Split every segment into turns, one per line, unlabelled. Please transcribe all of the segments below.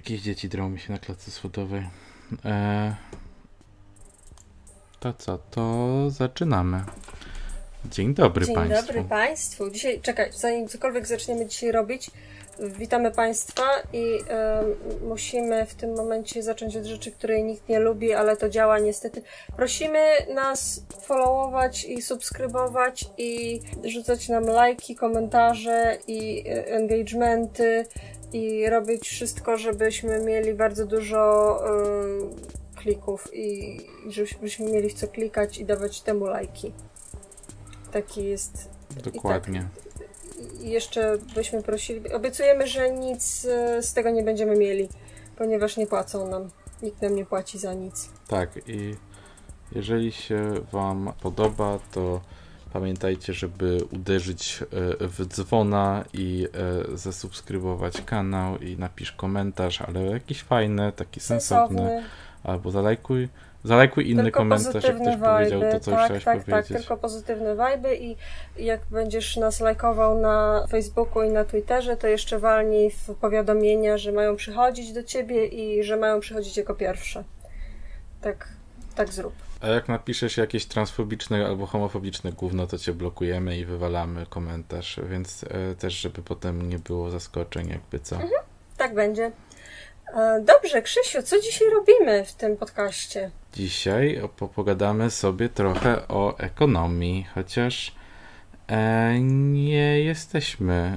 Jakieś dzieci drą mi się na klatce schodowej. To co? To zaczynamy. Dzień dobry Państwu.
Dzień dobry Państwu. Dzisiaj, czekaj, zanim cokolwiek zaczniemy dzisiaj robić, witamy Państwa i musimy w tym momencie zacząć od rzeczy, której nikt nie lubi, ale to działa niestety. Prosimy nas followować i subskrybować i rzucać nam lajki, komentarze i engagementy i robić wszystko, żebyśmy mieli bardzo dużo klików i żebyśmy mieli w co klikać i dawać temu lajki. Taki jest.
Dokładnie.
I jeszcze byśmy prosili, obiecujemy, że nic z tego nie będziemy mieli, ponieważ nie płacą nam. Nikt nam nie płaci za nic.
Tak, i jeżeli się Wam podoba, to pamiętajcie, żeby uderzyć w dzwona i zasubskrybować kanał i napisz komentarz, ale jakiś fajny, taki sensowny, albo zalajkuj inny tylko komentarz, jak ktoś powiedział to, co chciałeś powiedzieć.
Tak, tylko pozytywne vibe'y i jak będziesz nas lajkował na Facebooku i na Twitterze, to jeszcze walnij w powiadomienia, że mają przychodzić do ciebie i że mają przychodzić jako pierwsze. Tak zrób.
A jak napiszesz jakieś transfobiczne albo homofobiczne gówno, to cię blokujemy i wywalamy komentarz, więc też, żeby potem nie było zaskoczeń, jakby co.
Tak będzie. Dobrze, Krzysiu, co dzisiaj robimy w tym podcaście?
Dzisiaj pogadamy sobie trochę o ekonomii, chociaż nie jesteśmy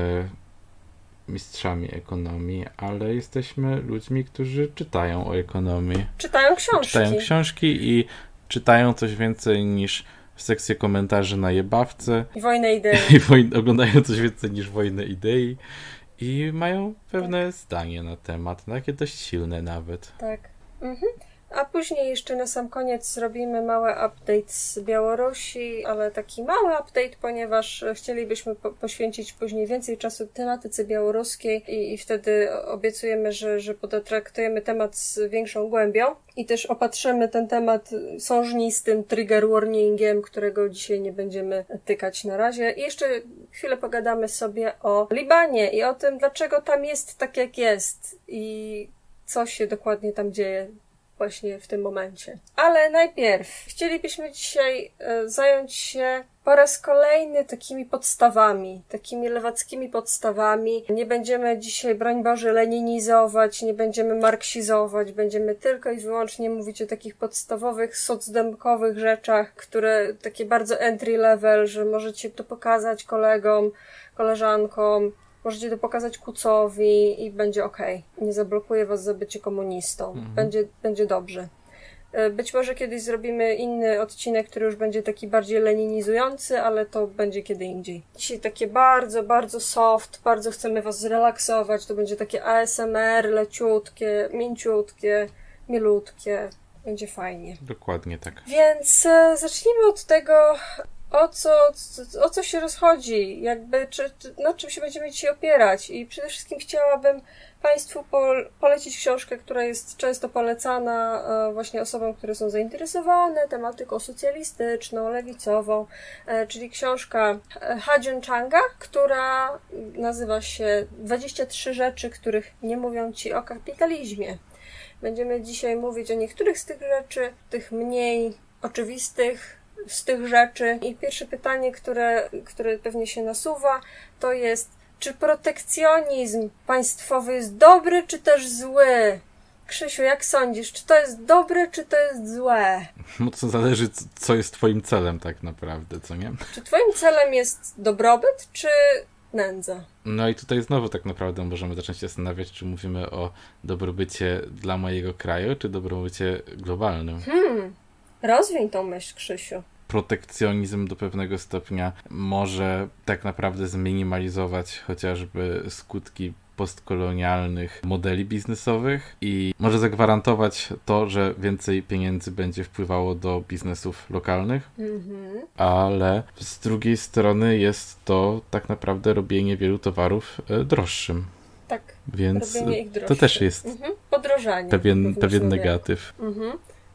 mistrzami ekonomii, ale jesteśmy ludźmi, którzy czytają o ekonomii.
Czytają książki
i czytają coś więcej niż sekcję komentarzy na Jebawce.
I Wojnę Idei.
I oglądają coś więcej niż Wojnę Idei. I mają pewne zdanie na temat, takie dość silne nawet.
Tak. A później jeszcze na sam koniec zrobimy mały update z Białorusi, ale taki mały update, ponieważ chcielibyśmy poświęcić później więcej czasu tematyce białoruskiej i wtedy obiecujemy, że potraktujemy temat z większą głębią i też opatrzymy ten temat sążnistym trigger warningiem, którego dzisiaj nie będziemy tykać na razie. I jeszcze chwilę pogadamy sobie o Libanie i o tym, dlaczego tam jest tak, jak jest i co się dokładnie tam dzieje właśnie w tym momencie. Ale najpierw chcielibyśmy dzisiaj zająć się po raz kolejny takimi podstawami, takimi lewackimi podstawami. Nie będziemy dzisiaj, broń Boże, leninizować, nie będziemy marksizować, będziemy tylko i wyłącznie mówić o takich podstawowych, socdemkowych rzeczach, które takie bardzo entry level, że możecie to pokazać kolegom, koleżankom, możecie to pokazać Kucowi i będzie okej. Nie zablokuje was za bycie komunistą. Będzie dobrze. Być może kiedyś zrobimy inny odcinek, który już będzie taki bardziej leninizujący, ale to będzie kiedy indziej. Dzisiaj takie bardzo, bardzo soft, bardzo chcemy was zrelaksować. To będzie takie ASMR, leciutkie, mięciutkie, milutkie. Będzie fajnie.
Dokładnie tak.
Więc zacznijmy od tego, o co się rozchodzi, jakby, na czym się będziemy dzisiaj opierać. I przede wszystkim chciałabym Państwu polecić książkę, która jest często polecana właśnie osobom, które są zainteresowane tematyką socjalistyczną, lewicową, czyli książka Ha-Joon Changa, która nazywa się 23 rzeczy, których nie mówią Ci o kapitalizmie. Będziemy dzisiaj mówić o niektórych z tych rzeczy, tych mniej oczywistych z tych rzeczy. I pierwsze pytanie, które pewnie się nasuwa, to jest, czy protekcjonizm państwowy jest dobry, czy też zły? Krzysiu, jak sądzisz, czy to jest dobre, czy to jest złe?
No to zależy, co jest twoim celem tak naprawdę, co nie?
Czy twoim celem jest dobrobyt, czy nędza?
No i tutaj znowu tak naprawdę możemy zacząć się zastanawiać, czy mówimy o dobrobycie dla mojego kraju, czy dobrobycie globalnym.
Rozwiń tą myśl, Krzysiu.
Protekcjonizm do pewnego stopnia może tak naprawdę zminimalizować chociażby skutki postkolonialnych modeli biznesowych i może zagwarantować to, że więcej pieniędzy będzie wpływało do biznesów lokalnych, ale z drugiej strony jest to tak naprawdę robienie wielu towarów droższym.
Tak,
więc
robienie ich
to też jest
podrożanie.
pewien negatyw.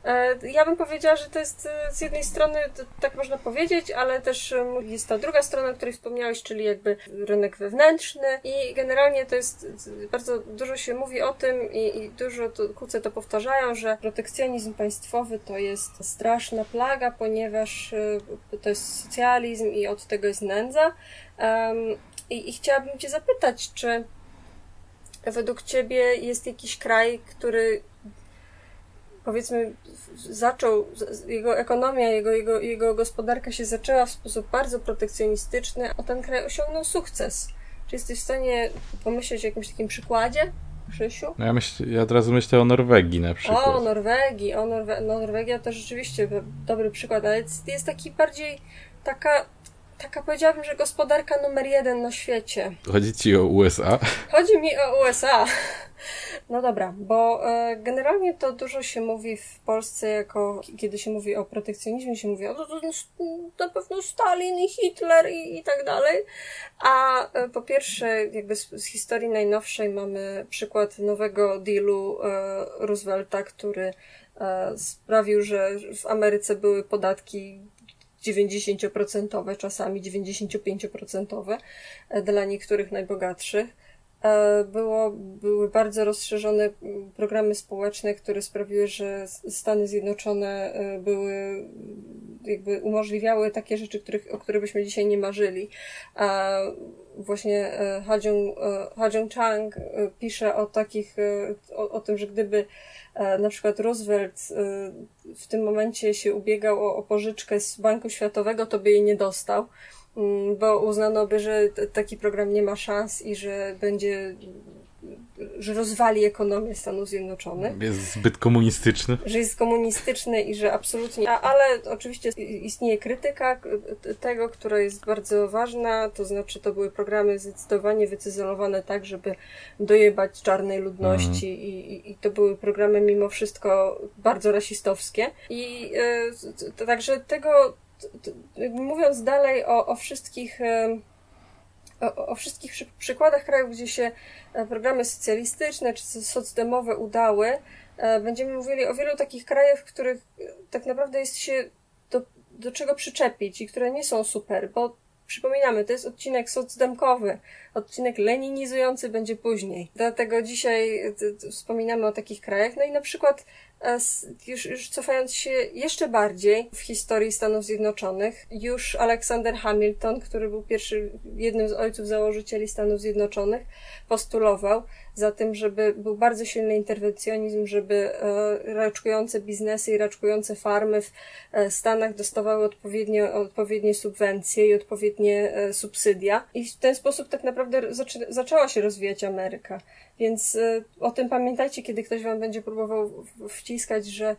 Ja bym powiedziała, że to jest z jednej strony, tak można powiedzieć, ale też jest ta druga strona, o której wspomniałeś, czyli jakby rynek wewnętrzny i generalnie to jest, bardzo dużo się mówi o tym i dużo kuce to powtarzają, że protekcjonizm państwowy to jest straszna plaga, ponieważ to jest socjalizm i od tego jest nędza. I chciałabym Cię zapytać, czy według Ciebie jest jakiś kraj, który powiedzmy zaczął, jego ekonomia, jego gospodarka się zaczęła w sposób bardzo protekcjonistyczny, a ten kraj osiągnął sukces. Czy jesteś w stanie pomyśleć o jakimś takim przykładzie, Krzysiu?
No ja od razu myślę o Norwegii na przykład.
O Norwegii, Norwegia to rzeczywiście dobry przykład, ale jest taki bardziej taka powiedziałabym, że gospodarka numer 1 na świecie.
Chodzi ci o USA?
Chodzi mi o USA. No dobra, bo generalnie to dużo się mówi w Polsce, kiedy się mówi o protekcjonizmie, się mówi o to na pewno Stalin i Hitler i tak dalej. A po pierwsze, jakby z historii najnowszej mamy przykład nowego dealu Roosevelta, który sprawił, że w Ameryce były podatki 90%, czasami 95% dla niektórych najbogatszych. Były bardzo rozszerzone programy społeczne, które sprawiły, że Stany Zjednoczone umożliwiały takie rzeczy, o których byśmy dzisiaj nie marzyli. Właśnie Ha-Joon Chang pisze o tym, że gdyby na przykład Roosevelt w tym momencie się ubiegał o pożyczkę z Banku Światowego, to by jej nie dostał, bo uznano by, że taki program nie ma szans i że rozwali ekonomię Stanów Zjednoczonych.
Jest zbyt komunistyczny.
Że jest komunistyczny i że absolutnie... Ale oczywiście istnieje krytyka tego, która jest bardzo ważna, to znaczy to były programy zdecydowanie wycyzelowane tak, żeby dojebać czarnej ludności i to były programy mimo wszystko bardzo rasistowskie. I także tego... Mówiąc dalej o wszystkich przykładach krajów, gdzie się programy socjalistyczne czy socdemowe udały, będziemy mówili o wielu takich krajach, w których tak naprawdę jest się do czego przyczepić i które nie są super, bo przypominamy, to jest odcinek socdemkowy, odcinek leninizujący będzie później. Dlatego dzisiaj wspominamy o takich krajach. No i na przykład już cofając się jeszcze bardziej w historii Stanów Zjednoczonych, już Alexander Hamilton, który był jednym z ojców założycieli Stanów Zjednoczonych, postulował za tym, żeby był bardzo silny interwencjonizm, żeby raczkujące biznesy i raczkujące farmy w Stanach dostawały odpowiednie subwencje i odpowiednie subsydia. I w ten sposób tak naprawdę zaczęła się rozwijać Ameryka. Więc o tym pamiętajcie, kiedy ktoś wam będzie próbował wciskać, że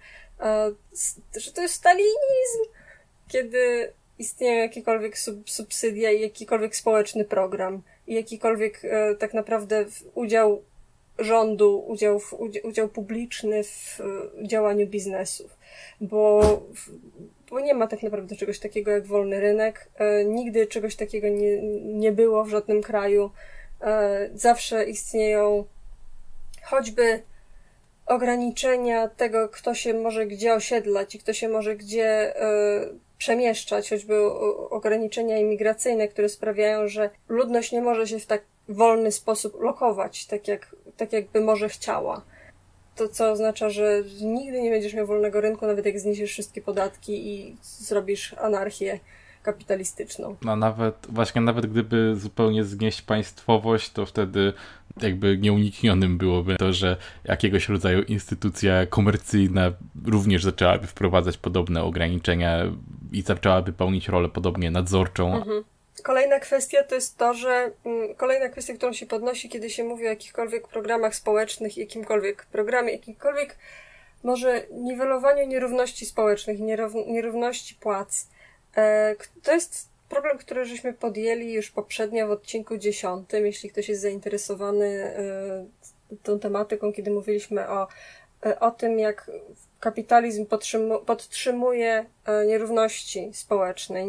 to jest stalinizm, kiedy istnieją jakiekolwiek subsydia i jakikolwiek społeczny program i jakikolwiek tak naprawdę udział rządu, udział publiczny w działaniu biznesów. Bo nie ma tak naprawdę czegoś takiego jak wolny rynek. Nigdy czegoś takiego nie było w żadnym kraju. Zawsze istnieją choćby ograniczenia tego, kto się może gdzie osiedlać i kto się może gdzie przemieszczać, choćby ograniczenia imigracyjne, które sprawiają, że ludność nie może się w tak wolny sposób lokować, tak jakby może chciała. To co oznacza, że nigdy nie będziesz miał wolnego rynku, nawet jak zniesiesz wszystkie podatki i zrobisz anarchię kapitalistyczną.
No nawet gdyby zupełnie znieść państwowość, to wtedy jakby nieuniknionym byłoby to, że jakiegoś rodzaju instytucja komercyjna również zaczęłaby wprowadzać podobne ograniczenia i zaczęłaby pełnić rolę podobnie nadzorczą.
Mhm. Kolejna kwestia to jest to, że kolejna kwestia, którą się podnosi, kiedy się mówi o jakichkolwiek programach społecznych, jakimkolwiek programie, jakimkolwiek może niwelowaniu nierówności społecznych, nierówności płac. To jest problem, który żeśmy podjęli już poprzednio w odcinku 10, jeśli ktoś jest zainteresowany tą tematyką, kiedy mówiliśmy o tym, jak kapitalizm podtrzymuje nierówności społeczne,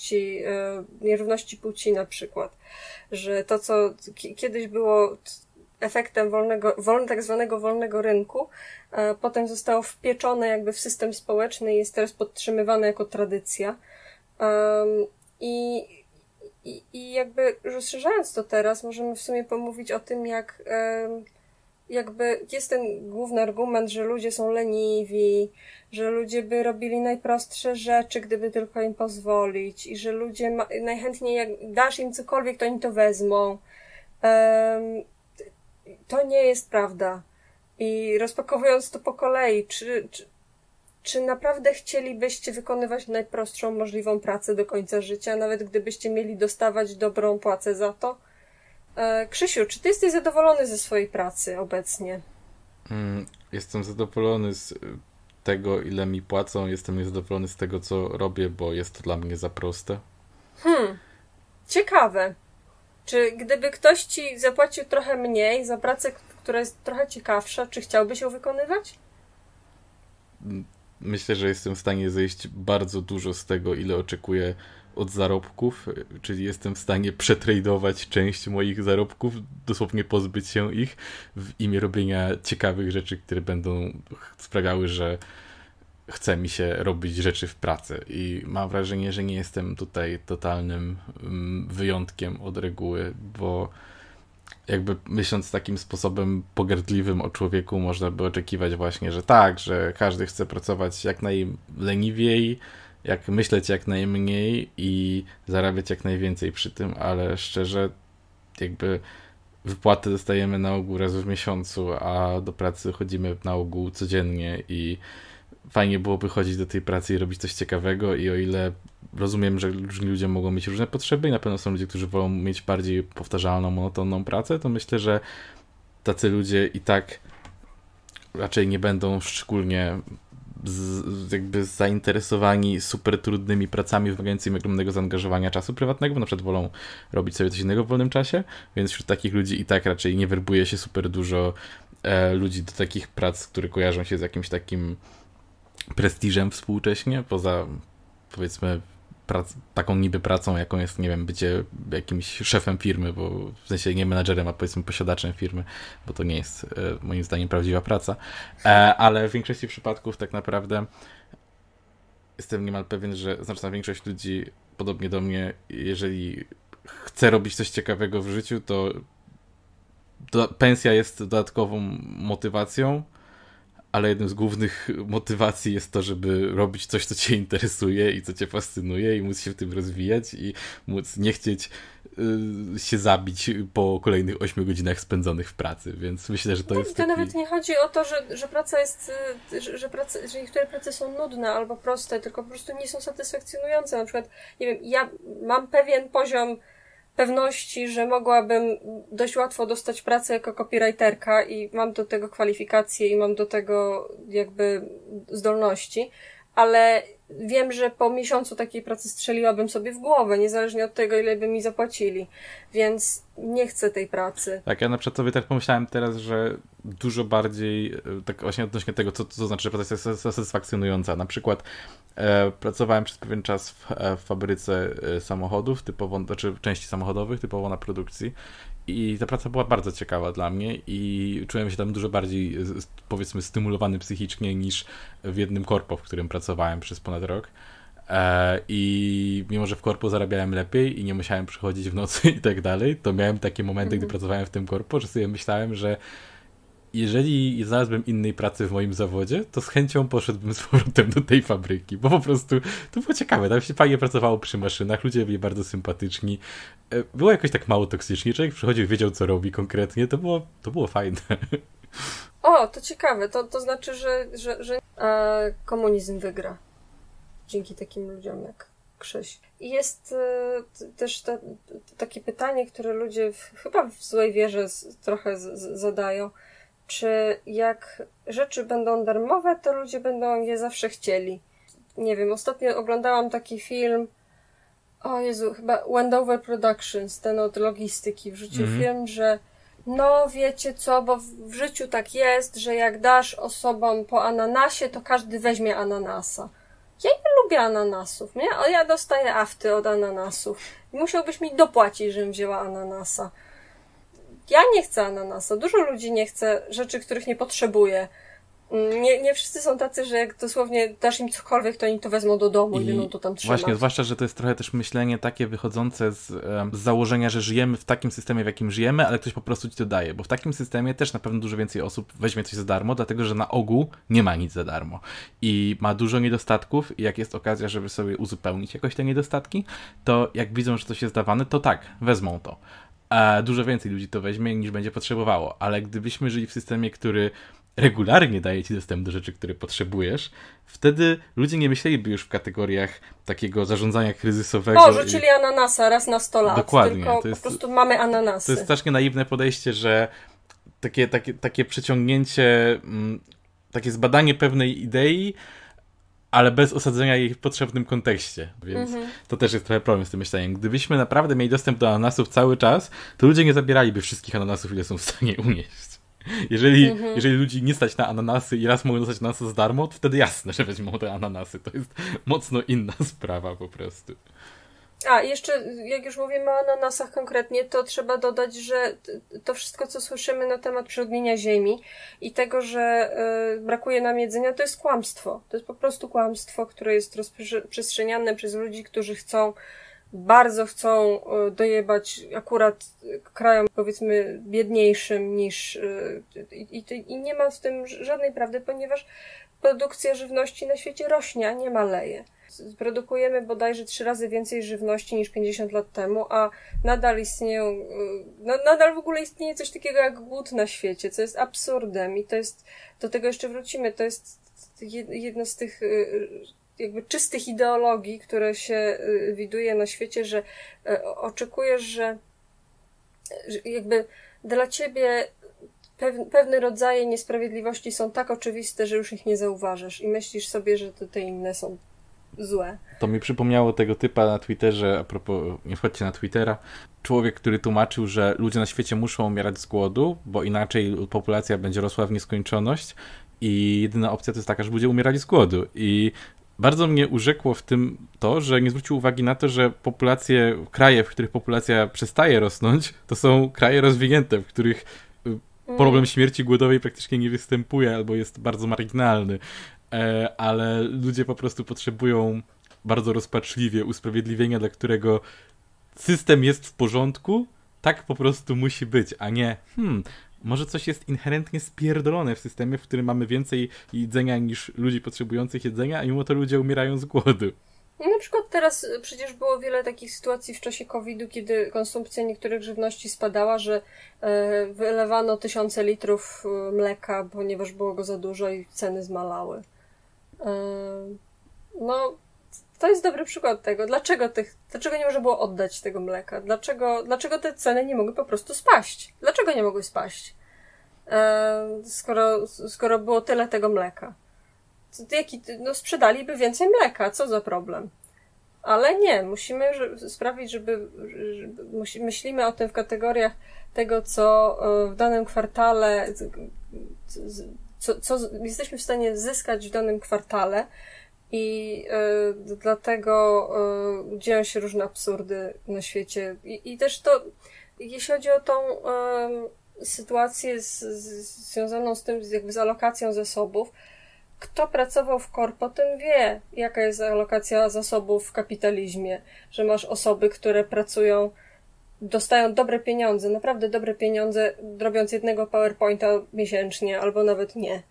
nierówności płci na przykład. Że to, co kiedyś było efektem tak zwanego wolnego rynku, potem zostało wpieczone jakby w system społeczny i jest teraz podtrzymywane jako tradycja. I jakby rozszerzając to teraz, możemy w sumie pomówić o tym, jak jakby jest ten główny argument, że ludzie są leniwi, że ludzie by robili najprostsze rzeczy, gdyby tylko im pozwolić i że ludzie najchętniej jak dasz im cokolwiek, to oni to wezmą. To nie jest prawda. I rozpakowując to po kolei, czy naprawdę chcielibyście wykonywać najprostszą możliwą pracę do końca życia, nawet gdybyście mieli dostawać dobrą płacę za to? Krzysiu, czy ty jesteś zadowolony ze swojej pracy obecnie?
Jestem zadowolony z tego, ile mi płacą. Jestem niezadowolony z tego, co robię, bo jest to dla mnie za proste.
Ciekawe. Czy gdyby ktoś ci zapłacił trochę mniej za pracę, która jest trochę ciekawsza, czy chciałbyś ją wykonywać?
Myślę, że jestem w stanie zejść bardzo dużo z tego, ile oczekuję od zarobków, czyli jestem w stanie przetradować część moich zarobków, dosłownie pozbyć się ich w imię robienia ciekawych rzeczy, które będą sprawiały, że chce mi się robić rzeczy w pracy. I mam wrażenie, że nie jestem tutaj totalnym wyjątkiem od reguły, bo jakby myśląc takim sposobem pogardliwym o człowieku, można by oczekiwać właśnie, że tak, że każdy chce pracować jak najleniwiej, jak myśleć jak najmniej i zarabiać jak najwięcej przy tym, ale szczerze jakby wypłaty dostajemy na ogół raz w miesiącu, a do pracy chodzimy na ogół codziennie i fajnie byłoby chodzić do tej pracy i robić coś ciekawego i o ile rozumiem, że różni ludzie mogą mieć różne potrzeby i na pewno są ludzie, którzy wolą mieć bardziej powtarzalną, monotonną pracę, to myślę, że tacy ludzie i tak raczej nie będą szczególnie jakby zainteresowani super trudnymi pracami wymagającymi ogromnego zaangażowania czasu prywatnego, bo na przykład wolą robić sobie coś innego w wolnym czasie, więc wśród takich ludzi i tak raczej nie werbuje się super dużo ludzi do takich prac, które kojarzą się z jakimś takim prestiżem współcześnie, poza powiedzmy taką niby pracą, jaką jest, nie wiem, bycie jakimś szefem firmy, bo w sensie nie menadżerem, a powiedzmy posiadaczem firmy, bo to nie jest moim zdaniem prawdziwa praca, ale w większości przypadków tak naprawdę jestem niemal pewien, że znaczna większość ludzi, podobnie do mnie, jeżeli chce robić coś ciekawego w życiu, to pensja jest dodatkową motywacją, ale jednym z głównych motywacji jest to, żeby robić coś, co cię interesuje i co cię fascynuje i móc się w tym rozwijać i móc nie chcieć się zabić po kolejnych 8 godzinach spędzonych w pracy, więc myślę, że to jest
To nawet nie chodzi o to, że praca jest, że niektóre prace są nudne albo proste, tylko po prostu nie są satysfakcjonujące. Na przykład, nie wiem, ja mam pewien poziom pewności, że mogłabym dość łatwo dostać pracę jako copywriterka i mam do tego kwalifikacje i mam do tego jakby zdolności, ale wiem, że po miesiącu takiej pracy strzeliłabym sobie w głowę, niezależnie od tego, ile by mi zapłacili, więc nie chcę tej pracy.
Tak, ja na przykład sobie tak pomyślałem teraz, że dużo bardziej, tak właśnie odnośnie tego, co to znaczy, że praca jest satysfakcjonująca. Na przykład pracowałem przez pewien czas w fabryce samochodów, typowo, znaczy części samochodowych, typowo na produkcji i ta praca była bardzo ciekawa dla mnie i czułem się tam dużo bardziej, powiedzmy, stymulowany psychicznie niż w jednym korpo, w którym pracowałem przez ponad rok. I mimo, że w korpo zarabiałem lepiej i nie musiałem przychodzić w nocy i tak dalej, to miałem takie momenty, gdy pracowałem w tym korpo, że sobie myślałem, że jeżeli znalazłbym innej pracy w moim zawodzie, to z chęcią poszedłbym z powrotem do tej fabryki, bo po prostu to było ciekawe, tam się fajnie pracowało przy maszynach, ludzie byli bardzo sympatyczni, było jakoś tak mało toksycznie, człowiek przychodził, wiedział co robi konkretnie, to było fajne.
O, to ciekawe, to znaczy, że komunizm wygra dzięki takim ludziom jak Krzyś. I jest też takie pytanie, które ludzie chyba w złej wierze trochę zadają. Czy jak rzeczy będą darmowe, to ludzie będą je zawsze chcieli? Nie wiem, ostatnio oglądałam taki film, o Jezu, chyba Wendover Productions, ten od logistyki, wrzucił film, że no wiecie co, bo w życiu tak jest, że jak dasz osobom po ananasie, to każdy weźmie ananasa. Ja nie lubię ananasów, nie? A ja dostaję afty od ananasów. Musiałbyś mi dopłacić, żebym wzięła ananasa. Ja nie chcę ananasa. Dużo ludzi nie chce rzeczy, których nie potrzebuje. Nie wszyscy są tacy, że jak dosłownie dasz im cokolwiek, to oni to wezmą do domu i będą to tam trzymać.
Właśnie, zwłaszcza, że to jest trochę też myślenie takie wychodzące z założenia, że żyjemy w takim systemie, w jakim żyjemy, ale ktoś po prostu ci to daje, bo w takim systemie też na pewno dużo więcej osób weźmie coś za darmo, dlatego że na ogół nie ma nic za darmo i ma dużo niedostatków i jak jest okazja, żeby sobie uzupełnić jakoś te niedostatki, to jak widzą, że coś jest dawane, to tak, wezmą to. A dużo więcej ludzi to weźmie niż będzie potrzebowało, ale gdybyśmy żyli w systemie, który regularnie daje ci dostęp do rzeczy, które potrzebujesz, wtedy ludzie nie myśleliby już w kategoriach takiego zarządzania kryzysowego.
O, rzucili ananasa raz na 100 lat.
Dokładnie.
Tylko po prostu mamy ananasy.
To jest strasznie naiwne podejście, że takie przeciągnięcie, takie zbadanie pewnej idei, ale bez osadzenia jej w potrzebnym kontekście. Więc to też jest trochę problem z tym myśleniem. Gdybyśmy naprawdę mieli dostęp do ananasów cały czas, to ludzie nie zabieraliby wszystkich ananasów, ile są w stanie unieść. Jeżeli ludzi nie stać na ananasy i raz mogą dostać ananasy za darmo, to wtedy jasne, że weźmą te ananasy. To jest mocno inna sprawa po prostu.
A, jeszcze jak już mówimy o ananasach konkretnie, to trzeba dodać, że to wszystko, co słyszymy na temat przyludnienia ziemi i tego, że brakuje nam jedzenia, to jest kłamstwo. To jest po prostu kłamstwo, które jest rozprzestrzeniane przez ludzi, którzy bardzo chcą dojebać akurat krajom, powiedzmy, biedniejszym niż... I nie ma w tym żadnej prawdy, ponieważ produkcja żywności na świecie rośnie, a nie maleje. Produkujemy bodajże 3 razy więcej żywności niż 50 lat temu, a nadal istnieją... nadal w ogóle istnieje coś takiego jak głód na świecie, co jest absurdem i to jest... Do tego jeszcze wrócimy. To jest jedna z tych... jakby czystych ideologii, które się widuje na świecie, że oczekujesz, że jakby dla ciebie pewne rodzaje niesprawiedliwości są tak oczywiste, że już ich nie zauważasz i myślisz sobie, że te inne są złe.
To mi przypomniało tego typa na Twitterze, a propos, nie wchodźcie na Twittera, człowiek, który tłumaczył, że ludzie na świecie muszą umierać z głodu, bo inaczej populacja będzie rosła w nieskończoność i jedyna opcja to jest taka, że ludzie umierali z głodu i bardzo mnie urzekło w tym to, że nie zwrócił uwagi na to, że kraje, w których populacja przestaje rosnąć, to są kraje rozwinięte, w których problem śmierci głodowej praktycznie nie występuje albo jest bardzo marginalny. Ale ludzie po prostu potrzebują bardzo rozpaczliwie usprawiedliwienia, dla którego system jest w porządku, tak po prostu musi być, a nie może coś jest inherentnie spierdolone w systemie, w którym mamy więcej jedzenia niż ludzi potrzebujących jedzenia, a mimo to ludzie umierają z głodu.
No na przykład teraz przecież było wiele takich sytuacji w czasie COVID-u, kiedy konsumpcja niektórych żywności spadała, że wylewano 1000 litrów mleka, ponieważ było go za dużo i ceny zmalały. No, to jest dobry przykład tego. Dlaczego nie można było oddać tego mleka? Dlaczego te ceny nie mogły po prostu spaść? Dlaczego nie mogły spaść? Skoro było tyle tego mleka. Sprzedaliby więcej mleka, co za problem? Ale nie, musimy sprawić, żeby myślimy o tym w kategoriach tego, co w danym kwartale, co jesteśmy w stanie zyskać w danym kwartale i dlatego dzieją się różne absurdy na świecie. I też to, jeśli chodzi o tą sytuację związaną z tym, jakby z alokacją zasobów, kto pracował w korpo, ten wie, jaka jest alokacja zasobów w kapitalizmie, że masz osoby, które pracują, dostają dobre pieniądze, naprawdę dobre pieniądze, robiąc jednego PowerPointa miesięcznie, albo nawet nie.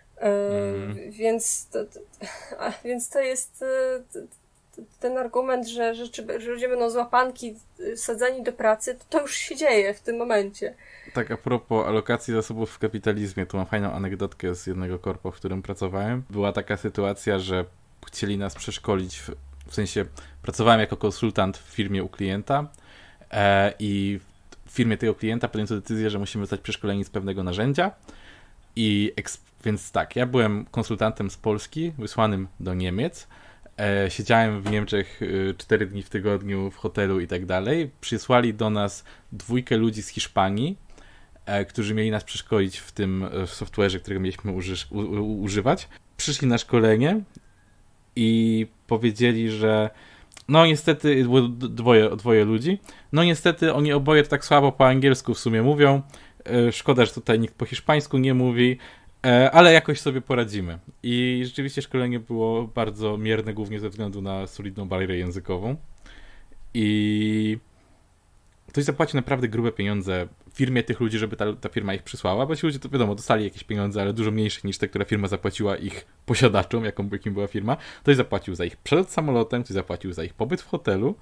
Więc to jest ten argument, że ludzie będą z łapanki sadzani do pracy, to już się dzieje w tym momencie.
Tak, a propos alokacji zasobów w kapitalizmie, tu mam fajną anegdotkę z jednego korpo, w którym pracowałem. Była taka sytuacja, że chcieli nas przeszkolić, w sensie pracowałem jako konsultant w firmie u klienta i w firmie tego klienta podjęto decyzję, że musimy zostać przeszkoleni z pewnego narzędzia więc tak, ja byłem konsultantem z Polski, wysłanym do Niemiec. Siedziałem w Niemczech 4 dni w tygodniu w hotelu i tak dalej. Przysłali do nas 2 ludzi z Hiszpanii, którzy mieli nas przeszkolić w tym software'ze, którego mieliśmy używać. Przyszli na szkolenie i powiedzieli, że No niestety, było dwoje ludzi. No niestety oni oboje tak słabo po angielsku w sumie mówią. Szkoda, że tutaj nikt po hiszpańsku nie mówi, ale jakoś sobie poradzimy. I rzeczywiście szkolenie było bardzo mierne, głównie ze względu na solidną barierę językową. I ktoś zapłacił naprawdę grube pieniądze firmie tych ludzi, żeby ta firma ich przysłała, bo ci ludzie, to wiadomo, dostali jakieś pieniądze, ale dużo mniejsze niż te, które firma zapłaciła ich posiadaczom, jakim była firma. Ktoś zapłacił za ich przelot samolotem, ktoś zapłacił za ich pobyt w hotelu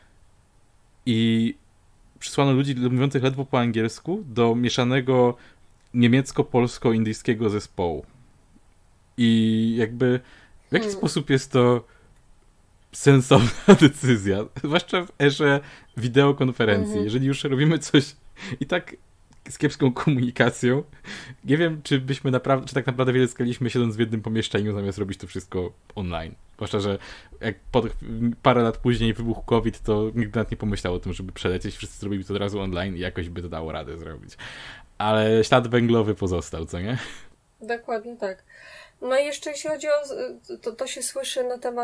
i przysłano ludzi mówiących ledwo po angielsku do mieszanego niemiecko-polsko-indyjskiego zespołu. I jakby w jaki sposób jest to sensowna decyzja, zwłaszcza w erze wideokonferencji. Jeżeli już robimy coś i tak z kiepską komunikacją, nie wiem, czy tak naprawdę wiele zyskaliśmy siedząc w jednym pomieszczeniu, zamiast robić to wszystko online. Zwłaszcza, że jak parę lat później wybuchł COVID, to nikt nawet nie pomyślał o tym, żeby przelecieć. Wszyscy zrobili to od razu online i jakoś by to dało radę zrobić. Ale ślad węglowy pozostał, co nie?
Dokładnie tak. No i jeszcze jeśli chodzi o... To się słyszy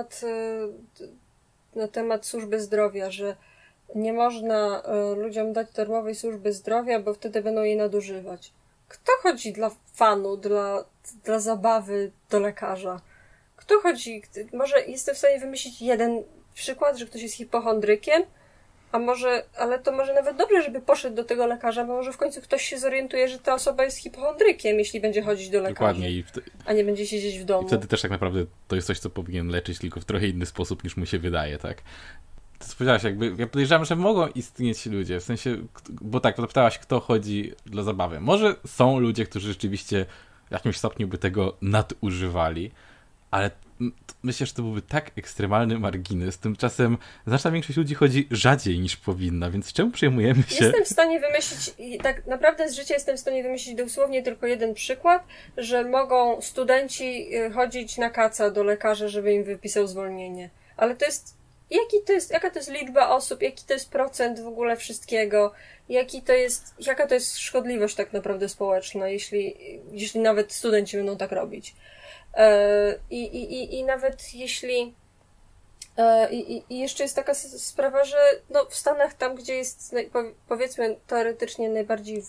na temat służby zdrowia, że nie można ludziom dać darmowej służby zdrowia, bo wtedy będą jej nadużywać. Kto chodzi dla fanu, dla zabawy do lekarza? Kto chodzi? Może jestem w stanie wymyślić jeden przykład, że ktoś jest hipochondrykiem, ale to może nawet dobrze, żeby poszedł do tego lekarza, bo może w końcu ktoś się zorientuje, że ta osoba jest hipochondrykiem, jeśli będzie chodzić do lekarza.
Dokładnie.
A nie będzie siedzieć w domu.
I wtedy też tak naprawdę to jest coś, co powinien leczyć, tylko w trochę inny sposób, niż mu się wydaje, tak? To powiedziałaś, ja podejrzewam, że mogą istnieć ludzie, w sensie, bo tak, zapytałaś, kto chodzi dla zabawy. Może są ludzie, którzy rzeczywiście w jakimś stopniu by tego nadużywali, ale myślę, że to byłby tak ekstremalny margines. Tymczasem znaczna większość ludzi chodzi rzadziej niż powinna, więc czemu przejmujemy się?
Jestem w stanie wymyślić, tak naprawdę z życia jestem w stanie wymyślić dosłownie tylko jeden przykład, że mogą studenci chodzić na kaca do lekarza, żeby im wypisał zwolnienie. Ale jaka to jest liczba osób, jaki to jest procent w ogóle wszystkiego, jaka to jest szkodliwość tak naprawdę społeczna, jeśli nawet studenci będą tak robić. I nawet jeśli i jeszcze jest taka sprawa, że no w Stanach, tam gdzie jest powiedzmy teoretycznie najbardziej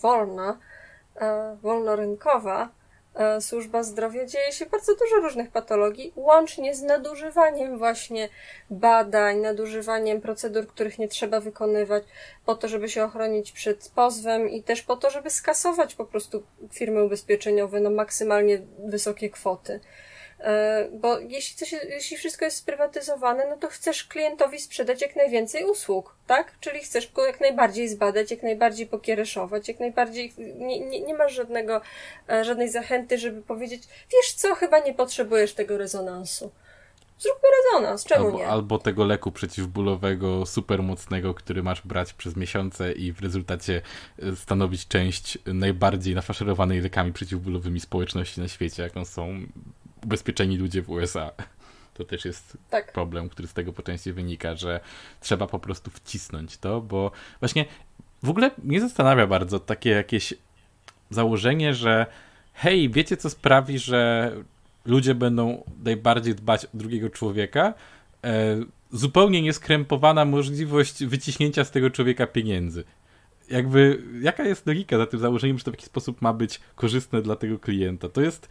wolnorynkowa służba zdrowia, dzieje się bardzo dużo różnych patologii, łącznie z nadużywaniem właśnie badań, nadużywaniem procedur, których nie trzeba wykonywać po to, żeby się ochronić przed pozwem i też po to, żeby skasować po prostu firmy ubezpieczeniowe na maksymalnie wysokie kwoty. Bo jeśli wszystko jest sprywatyzowane, no to chcesz klientowi sprzedać jak najwięcej usług, tak? Czyli chcesz go jak najbardziej zbadać, jak najbardziej pokiereszować, jak najbardziej nie masz żadnej zachęty, żeby powiedzieć, wiesz co, chyba nie potrzebujesz tego rezonansu. Zróbmy rezonans, czemu nie?
Albo tego leku przeciwbólowego supermocnego, który masz brać przez miesiące i w rezultacie stanowić część najbardziej nafaszerowanej lekami przeciwbólowymi społeczności na świecie, jaką są ubezpieczeni ludzie w USA. To też jest problem, który z tego po części wynika, że trzeba po prostu wcisnąć to, bo właśnie w ogóle mnie zastanawia bardzo takie jakieś założenie, że hej, wiecie co sprawi, że ludzie będą najbardziej dbać o drugiego człowieka? Zupełnie nieskrępowana możliwość wyciśnięcia z tego człowieka pieniędzy. Jakby, jaka jest logika za tym założeniem, że to w jakiś sposób ma być korzystne dla tego klienta?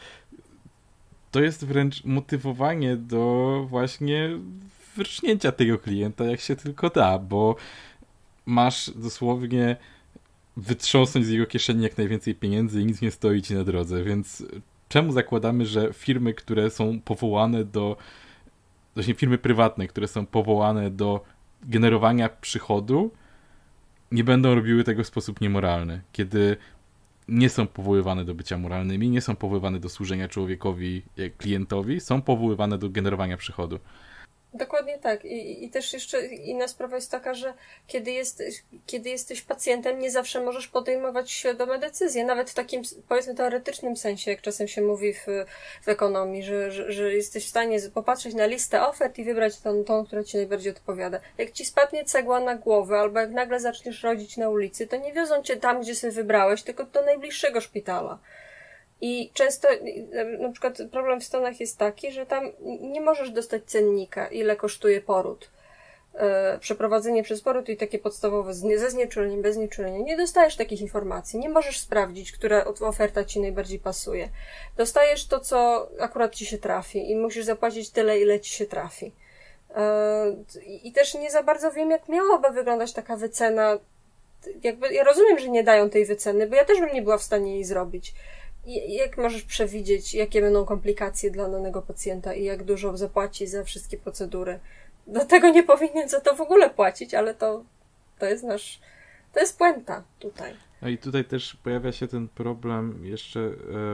To jest wręcz motywowanie do właśnie wyrżnięcia tego klienta, jak się tylko da, bo masz dosłownie wytrząsnąć z jego kieszeni jak najwięcej pieniędzy i nic nie stoi ci na drodze, więc czemu zakładamy, że firmy, które są powołane właśnie firmy prywatne, które są powołane do generowania przychodu, nie będą robiły tego w sposób niemoralny, kiedy nie są powoływane do bycia moralnymi, nie są powoływane do służenia człowiekowi, klientowi, są powoływane do generowania przychodu.
Dokładnie tak. I też jeszcze inna sprawa jest taka, że kiedy jesteś pacjentem, nie zawsze możesz podejmować świadome decyzje. Nawet w takim, powiedzmy, teoretycznym sensie, jak czasem się mówi w ekonomii, że jesteś w stanie popatrzeć na listę ofert i wybrać tą, która ci najbardziej odpowiada. Jak ci spadnie cegła na głowę, albo jak nagle zaczniesz rodzić na ulicy, to nie wiozą cię tam, gdzie sobie wybrałeś, tylko do najbliższego szpitala. I często, na przykład problem w Stanach jest taki, że tam nie możesz dostać cennika, ile kosztuje poród. przeprowadzenie przezboru, to i takie podstawowe ze znieczuleniem, bez znieczulenia. Nie dostajesz takich informacji, nie możesz sprawdzić, która oferta ci najbardziej pasuje. Dostajesz to, co akurat ci się trafi i musisz zapłacić tyle, ile ci się trafi. I też nie za bardzo wiem, jak miałaby wyglądać taka wycena. Jakby, ja rozumiem, że nie dają tej wyceny, bo ja też bym nie była w stanie jej zrobić. Jak możesz przewidzieć, jakie będą komplikacje dla danego pacjenta i jak dużo zapłaci za wszystkie procedury? Do tego nie powinien za to w ogóle płacić, ale to jest puenta tutaj.
No i tutaj też pojawia się ten problem jeszcze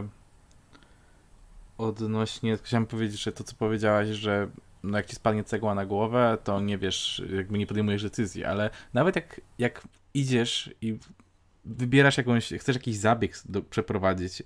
odnośnie, chciałem powiedzieć, że to, co powiedziałaś, że no jak ci spadnie cegła na głowę, to nie wiesz, jakby nie podejmujesz decyzji, ale nawet jak idziesz i wybierasz chcesz jakiś zabieg przeprowadzić,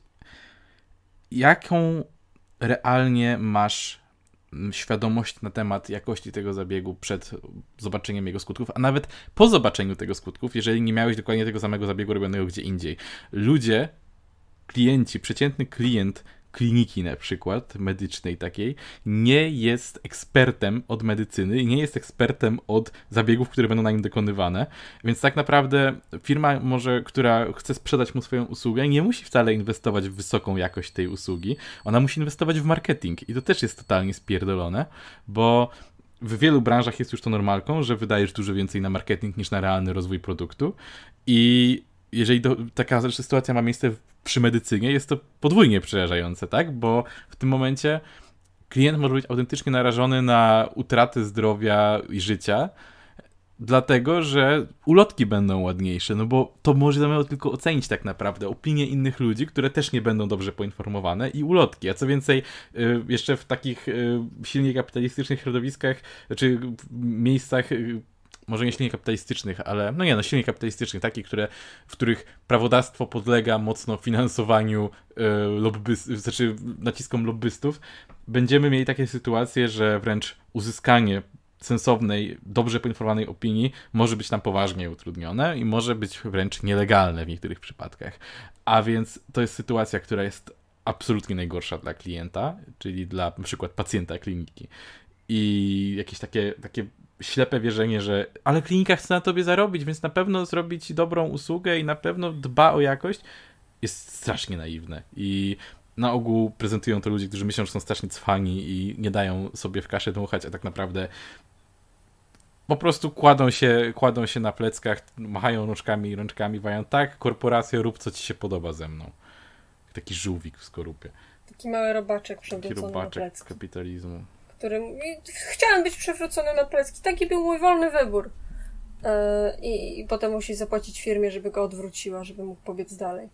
jaką realnie masz świadomość na temat jakości tego zabiegu przed zobaczeniem jego skutków, a nawet po zobaczeniu tego skutków, jeżeli nie miałeś dokładnie tego samego zabiegu robionego gdzie indziej. Ludzie, klienci, przeciętny klient kliniki na przykład, medycznej takiej, nie jest ekspertem od medycyny i nie jest ekspertem od zabiegów, które będą na nim dokonywane, więc tak naprawdę firma która chce sprzedać mu swoją usługę, nie musi wcale inwestować w wysoką jakość tej usługi, ona musi inwestować w marketing i to też jest totalnie spierdolone, bo w wielu branżach jest już to normalką, że wydajesz dużo więcej na marketing niż na realny rozwój produktu i jeżeli taka sytuacja ma miejsce przy medycynie, jest to podwójnie przerażające, tak? Bo w tym momencie klient może być autentycznie narażony na utratę zdrowia i życia, dlatego, że ulotki będą ładniejsze, no bo to możemy tylko ocenić tak naprawdę opinie innych ludzi, które też nie będą dobrze poinformowane i ulotki, a co więcej, jeszcze w takich silnie kapitalistycznych środowiskach, czy miejscach, może nie silnie kapitalistycznych, ale silnie kapitalistycznych, takich, w których prawodawstwo podlega mocno finansowaniu naciskom lobbystów, będziemy mieli takie sytuacje, że wręcz uzyskanie sensownej, dobrze poinformowanej opinii może być nam poważnie utrudnione i może być wręcz nielegalne w niektórych przypadkach. A więc to jest sytuacja, która jest absolutnie najgorsza dla klienta, czyli dla na przykład pacjenta kliniki. I jakieś takie ślepe wierzenie, że ale klinika chce na tobie zarobić, więc na pewno zrobi ci dobrą usługę i na pewno dba o jakość, jest strasznie naiwne. I na ogół prezentują to ludzie, którzy myślą, że są strasznie cwani i nie dają sobie w kaszę dmuchać, a tak naprawdę po prostu kładą się na pleckach, machają nóżkami i rączkami, wają tak, korporacja, rób co ci się podoba ze mną. Taki żółwik w skorupie.
Taki mały robaczek przewrócony na plecki.
Kapitalizmu.
Chciałem być przewrócony na plecki. Taki był mój wolny wybór. I potem musi zapłacić firmie, żeby go odwróciła, żeby mógł pobiec dalej.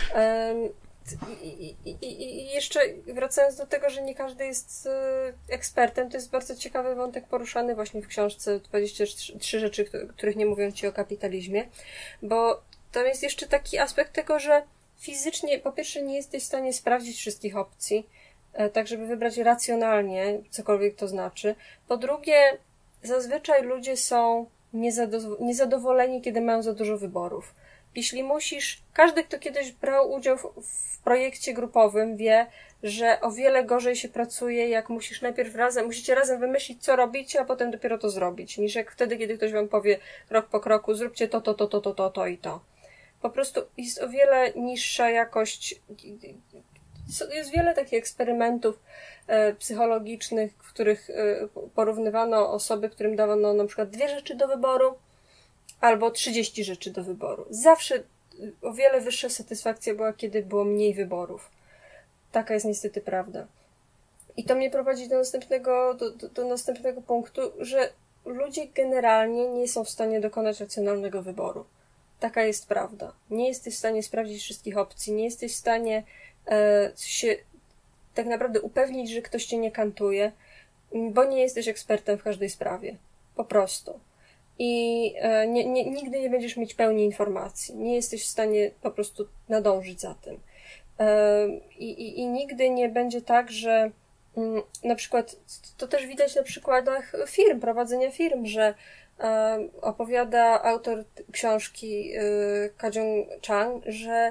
I jeszcze wracając do tego, że nie każdy jest ekspertem, to jest bardzo ciekawy wątek poruszany właśnie w książce 23 rzeczy, których nie mówią ci o kapitalizmie, bo tam jest jeszcze taki aspekt tego, że fizycznie po pierwsze nie jesteś w stanie sprawdzić wszystkich opcji, tak żeby wybrać racjonalnie, cokolwiek to znaczy. Po drugie, zazwyczaj ludzie są niezadowoleni, kiedy mają za dużo wyborów. Jeśli każdy, kto kiedyś brał udział w projekcie grupowym, wie, że o wiele gorzej się pracuje, jak musicie razem wymyślić, co robicie, a potem dopiero to zrobić, niż jak wtedy, kiedy ktoś wam powie krok po kroku, zróbcie to i to. Po prostu jest o wiele niższa jakość. Jest wiele takich eksperymentów psychologicznych, w których porównywano osoby, którym dawano na przykład 2 rzeczy do wyboru, albo 30 rzeczy do wyboru. Zawsze o wiele wyższa satysfakcja była, kiedy było mniej wyborów. Taka jest niestety prawda. I to mnie prowadzi do następnego punktu, że ludzie generalnie nie są w stanie dokonać racjonalnego wyboru. Taka jest prawda. Nie jesteś w stanie sprawdzić wszystkich opcji, nie jesteś w stanie się tak naprawdę upewnić, że ktoś cię nie kantuje, bo nie jesteś ekspertem w każdej sprawie. Po prostu. I nigdy nie będziesz mieć pełni informacji. Nie jesteś w stanie po prostu nadążyć za tym. I nigdy nie będzie tak, że na przykład, to też widać na przykładach prowadzenia firm, że opowiada autor książki Ka-Joon Chang, że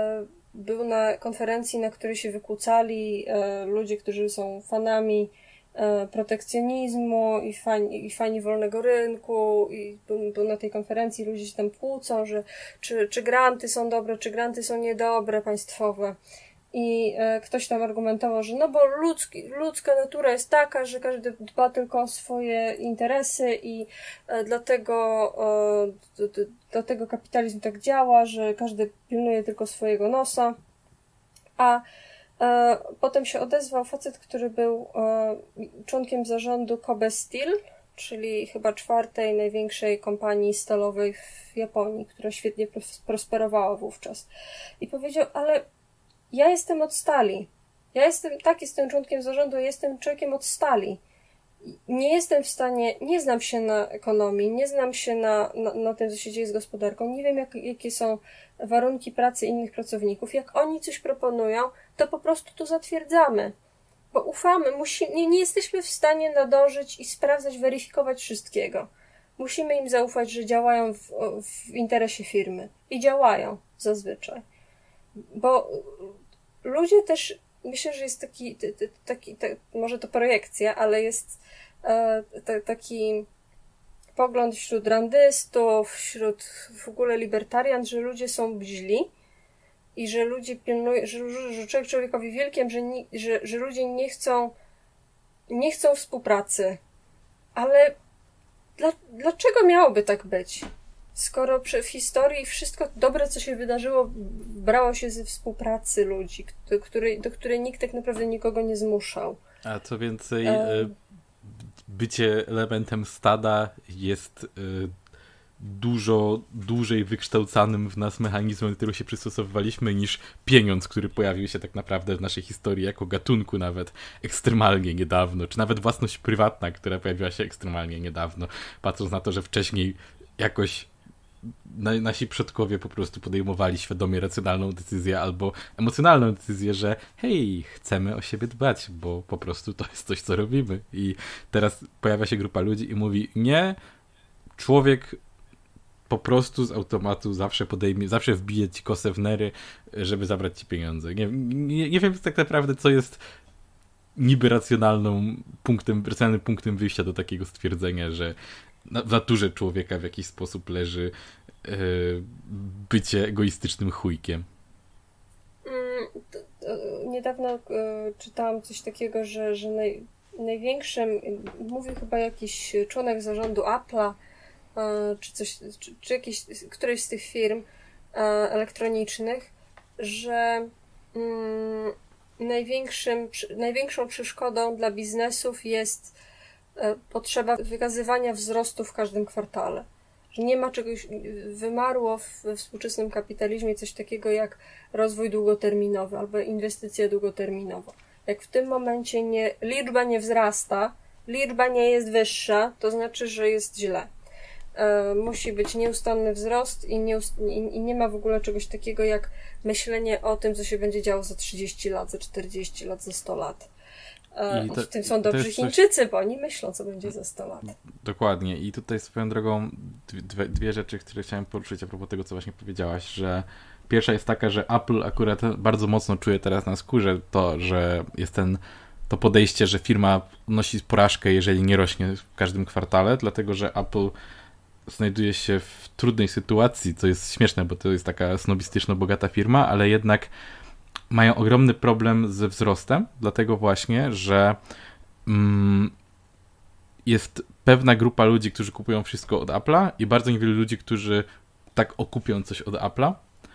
był na konferencji, na której się wykłócali ludzie, którzy są fanami protekcjonizmu i fani wolnego rynku i na tej konferencji ludzie się tam kłócą, że czy granty są dobre, czy granty są niedobre, państwowe. I ktoś tam argumentował, że no bo ludzka natura jest taka, że każdy dba tylko o swoje interesy i dlatego kapitalizm tak działa, że każdy pilnuje tylko swojego nosa. A potem się odezwał facet, który był członkiem zarządu Kobe Steel, czyli chyba 4. największej kompanii stalowej w Japonii, która świetnie prosperowała wówczas. I powiedział, ale ja jestem od stali. Jestem członkiem zarządu, jestem człowiekiem od stali. Nie jestem w stanie, nie znam się na ekonomii, nie znam się na tym, co się dzieje z gospodarką, nie wiem, jakie są warunki pracy innych pracowników. Jak oni coś proponują, to po prostu to zatwierdzamy. Bo ufamy, nie jesteśmy w stanie nadążyć i sprawdzać, weryfikować wszystkiego. Musimy im zaufać, że działają w interesie firmy. I działają zazwyczaj. Bo ludzie też, myślę, że jest taki może to projekcja, ale jest taki pogląd wśród randystów, wśród w ogóle libertarian, że ludzie są źli i że ludzie pilnują, że człowiek człowiekowi wielkiem, że ludzie nie chcą współpracy. Ale dlaczego miałoby tak być? Skoro w historii wszystko dobre, co się wydarzyło, brało się ze współpracy ludzi, do której nikt tak naprawdę nikogo nie zmuszał.
A co więcej, bycie elementem stada jest dużo dłużej wykształcanym w nas mechanizmem, do którego się przystosowywaliśmy, niż pieniądz, który pojawił się tak naprawdę w naszej historii jako gatunku nawet ekstremalnie niedawno, czy nawet własność prywatna, która pojawiła się ekstremalnie niedawno, patrząc na to, że wcześniej jakoś nasi przodkowie po prostu podejmowali świadomie racjonalną decyzję albo emocjonalną decyzję, że hej, chcemy o siebie dbać, bo po prostu to jest coś, co robimy. I teraz pojawia się grupa ludzi i mówi, nie, człowiek po prostu z automatu zawsze wbije ci kosę w nery, żeby zabrać ci pieniądze. Nie wiem tak naprawdę, co jest niby racjonalnym punktem wyjścia do takiego stwierdzenia, że w naturze człowieka w jakiś sposób leży bycie egoistycznym chujkiem.
Niedawno czytałam coś takiego, że największym, mówił chyba jakiś członek zarządu Apple'a, czy którejś z tych firm elektronicznych, że największą przeszkodą dla biznesów jest potrzeba wykazywania wzrostu w każdym kwartale. Że nie ma czegoś, wymarło we współczesnym kapitalizmie coś takiego jak rozwój długoterminowy albo inwestycja długoterminowa. Jak w tym momencie liczba nie wzrasta, liczba nie jest wyższa, to znaczy, że jest źle. Musi być nieustanny wzrost i nie ma w ogóle czegoś takiego jak myślenie o tym, co się będzie działo za 30 lat, za 40 lat, za 100 lat. I w tym są dobrzy Chińczycy, bo oni myślą, co będzie za 100 lat.
Dokładnie. I tutaj swoją drogą dwie rzeczy, które chciałem poruszyć a propos tego, co właśnie powiedziałaś, że pierwsza jest taka, że Apple akurat bardzo mocno czuje teraz na skórze to, że jest to podejście, że firma nosi porażkę, jeżeli nie rośnie w każdym kwartale, dlatego że Apple znajduje się w trudnej sytuacji, co jest śmieszne, bo to jest taka snobistyczno-bogata firma, ale jednak mają ogromny problem ze wzrostem, dlatego właśnie, że jest pewna grupa ludzi, którzy kupują wszystko od Apple'a i bardzo niewielu ludzi, którzy tak okupią coś od Apple'a.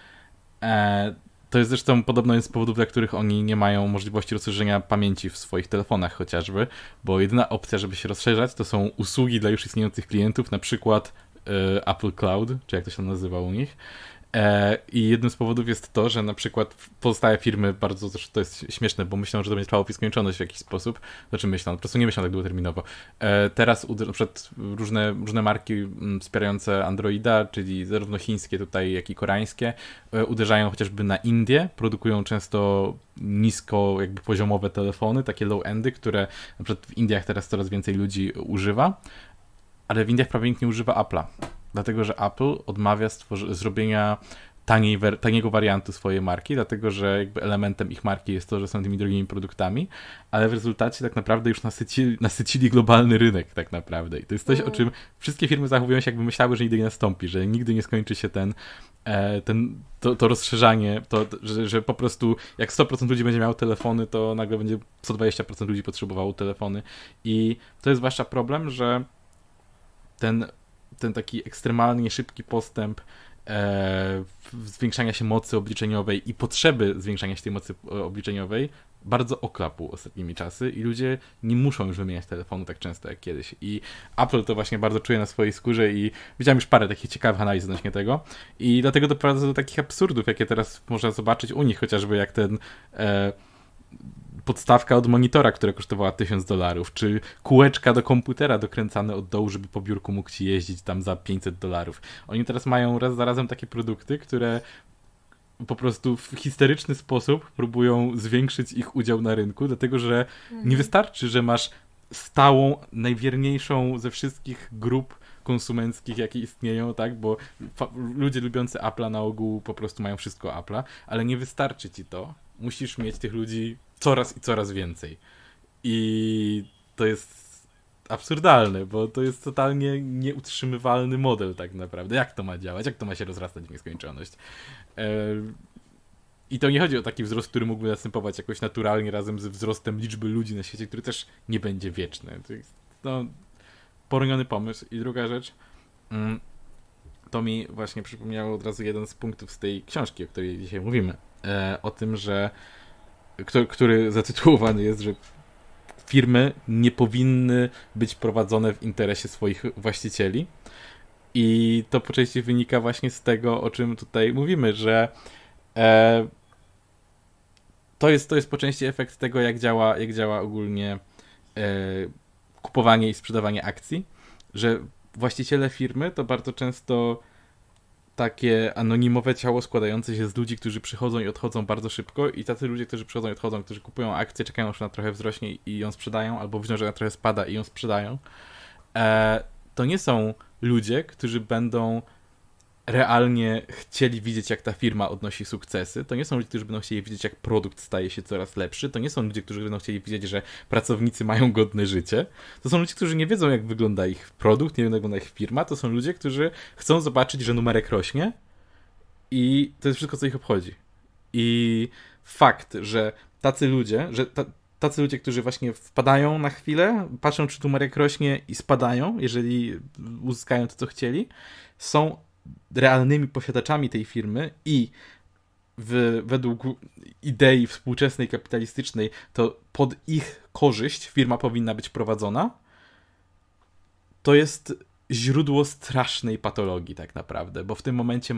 To jest zresztą podobno jeden z powodów, dla których oni nie mają możliwości rozszerzenia pamięci w swoich telefonach chociażby, bo jedyna opcja, żeby się rozszerzać, to są usługi dla już istniejących klientów, na przykład Apple Cloud, czy jak to się nazywa u nich. I jednym z powodów jest to, że na przykład pozostałe firmy bardzo, to jest śmieszne, bo myślą, że to będzie trwało w nieskończoność w jakiś sposób. Znaczy myślą, po prostu nie myślą tak długoterminowo. Teraz na przykład różne marki wspierające Androida, czyli zarówno chińskie tutaj, jak i koreańskie, uderzają chociażby na Indię, produkują często nisko jakby poziomowe telefony, takie low-endy, które na przykład w Indiach teraz coraz więcej ludzi używa, ale w Indiach prawie nikt nie używa Apple'a. Dlatego, że Apple odmawia zrobienia taniego wariantu swojej marki, dlatego że jakby elementem ich marki jest to, że są tymi drogimi produktami, ale w rezultacie tak naprawdę już nasycili globalny rynek tak naprawdę. I to jest coś, o czym wszystkie firmy zachowują się, jakby myślały, że nigdy nie nastąpi, że nigdy nie skończy się to rozszerzanie, że po prostu jak 100% ludzi będzie miało telefony, to nagle będzie 120% ludzi potrzebowało telefony. I to jest zwłaszcza problem, że ten taki ekstremalnie szybki postęp zwiększania się mocy obliczeniowej i potrzeby zwiększania się tej mocy obliczeniowej bardzo oklapł ostatnimi czasy i ludzie nie muszą już wymieniać telefonu tak często jak kiedyś. I Apple to właśnie bardzo czuje na swojej skórze i widziałem już parę takich ciekawych analiz odnośnie tego i dlatego doprowadza do takich absurdów, jakie teraz można zobaczyć u nich, chociażby jak ten podstawka od monitora, która kosztowała $1000, czy kółeczka do komputera dokręcane od dołu, żeby po biurku mógł ci jeździć tam za $500. Oni teraz mają raz za razem takie produkty, które po prostu w histeryczny sposób próbują zwiększyć ich udział na rynku, dlatego że nie wystarczy, że masz stałą, najwierniejszą ze wszystkich grup konsumenckich, jakie istnieją, tak, bo ludzie lubiący Apple'a na ogół po prostu mają wszystko Apple'a, ale nie wystarczy ci to. Musisz mieć tych ludzi coraz i coraz więcej. I to jest absurdalne, bo to jest totalnie nieutrzymywalny model tak naprawdę. Jak to ma działać? Jak to ma się rozrastać w nieskończoność? I to nie chodzi o taki wzrost, który mógłby następować jakoś naturalnie razem ze wzrostem liczby ludzi na świecie, który też nie będzie wieczny. To jest poroniony pomysł. I druga rzecz, to mi właśnie przypomniało od razu jeden z punktów z tej książki, o której dzisiaj mówimy. O tym, że który zatytułowany jest, że firmy nie powinny być prowadzone w interesie swoich właścicieli. I to po części wynika właśnie z tego, o czym tutaj mówimy, że to jest po części efekt tego, jak działa ogólnie kupowanie i sprzedawanie akcji, że właściciele firmy to bardzo często takie anonimowe ciało składające się z ludzi, którzy przychodzą i odchodzą bardzo szybko i tacy ludzie, którzy przychodzą i odchodzą, którzy kupują akcje, czekają, aż ona trochę wzrośnie i ją sprzedają, albo widzą, że ona trochę spada i ją sprzedają, to nie są ludzie, którzy będą realnie chcieli widzieć, jak ta firma odnosi sukcesy. To nie są ludzie, którzy będą chcieli widzieć, jak produkt staje się coraz lepszy. To nie są ludzie, którzy będą chcieli widzieć, że pracownicy mają godne życie. To są ludzie, którzy nie wiedzą, jak wygląda ich produkt, nie wiedzą, jak wygląda ich firma. To są ludzie, którzy chcą zobaczyć, że numerek rośnie i to jest wszystko, co ich obchodzi. I fakt, że tacy ludzie, którzy właśnie wpadają na chwilę, patrzą, czy numerek rośnie i spadają, jeżeli uzyskają to, co chcieli, są realnymi posiadaczami tej firmy i według idei współczesnej, kapitalistycznej, to pod ich korzyść firma powinna być prowadzona, to jest źródło strasznej patologii tak naprawdę, bo w tym momencie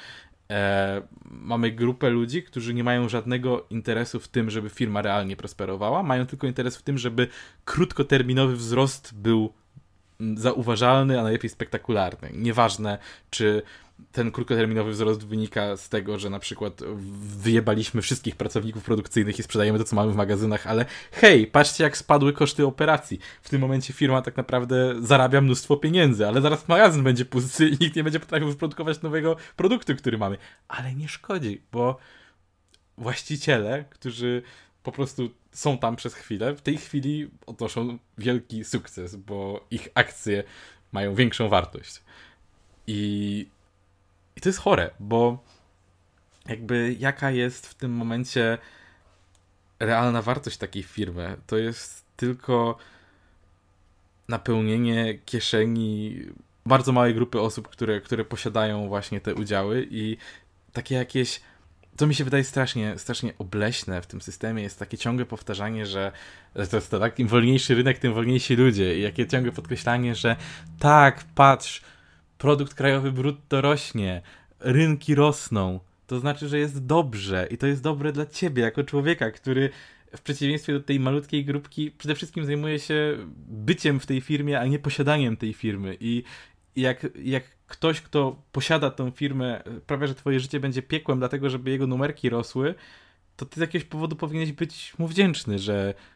mamy grupę ludzi, którzy nie mają żadnego interesu w tym, żeby firma realnie prosperowała, mają tylko interes w tym, żeby krótkoterminowy wzrost był zauważalny, a najlepiej spektakularny. Nieważne, czy ten krótkoterminowy wzrost wynika z tego, że na przykład wyjebaliśmy wszystkich pracowników produkcyjnych i sprzedajemy to, co mamy w magazynach, ale hej, patrzcie, jak spadły koszty operacji. W tym momencie firma tak naprawdę zarabia mnóstwo pieniędzy, ale zaraz magazyn będzie pusty i nikt nie będzie potrafił wyprodukować nowego produktu, który mamy. Ale nie szkodzi, bo właściciele, którzy po prostu są tam przez chwilę, w tej chwili odnoszą wielki sukces, bo ich akcje mają większą wartość. I to jest chore, bo jakby jaka jest w tym momencie realna wartość takiej firmy? To jest tylko napełnienie kieszeni bardzo małej grupy osób, które posiadają właśnie te udziały i takie jakieś, co mi się wydaje strasznie obleśne w tym systemie, jest takie ciągłe powtarzanie, że to jest to, tak, im wolniejszy rynek, tym wolniejsi ludzie i jakie ciągłe podkreślanie, że tak, patrz, produkt krajowy brutto rośnie, rynki rosną, to znaczy, że jest dobrze i to jest dobre dla ciebie jako człowieka, który w przeciwieństwie do tej malutkiej grupki przede wszystkim zajmuje się byciem w tej firmie, a nie posiadaniem tej firmy i jak ktoś, kto posiada tą firmę, sprawia, że twoje życie będzie piekłem, dlatego żeby jego numerki rosły, to ty z jakiegoś powodu powinieneś być mu wdzięczny, że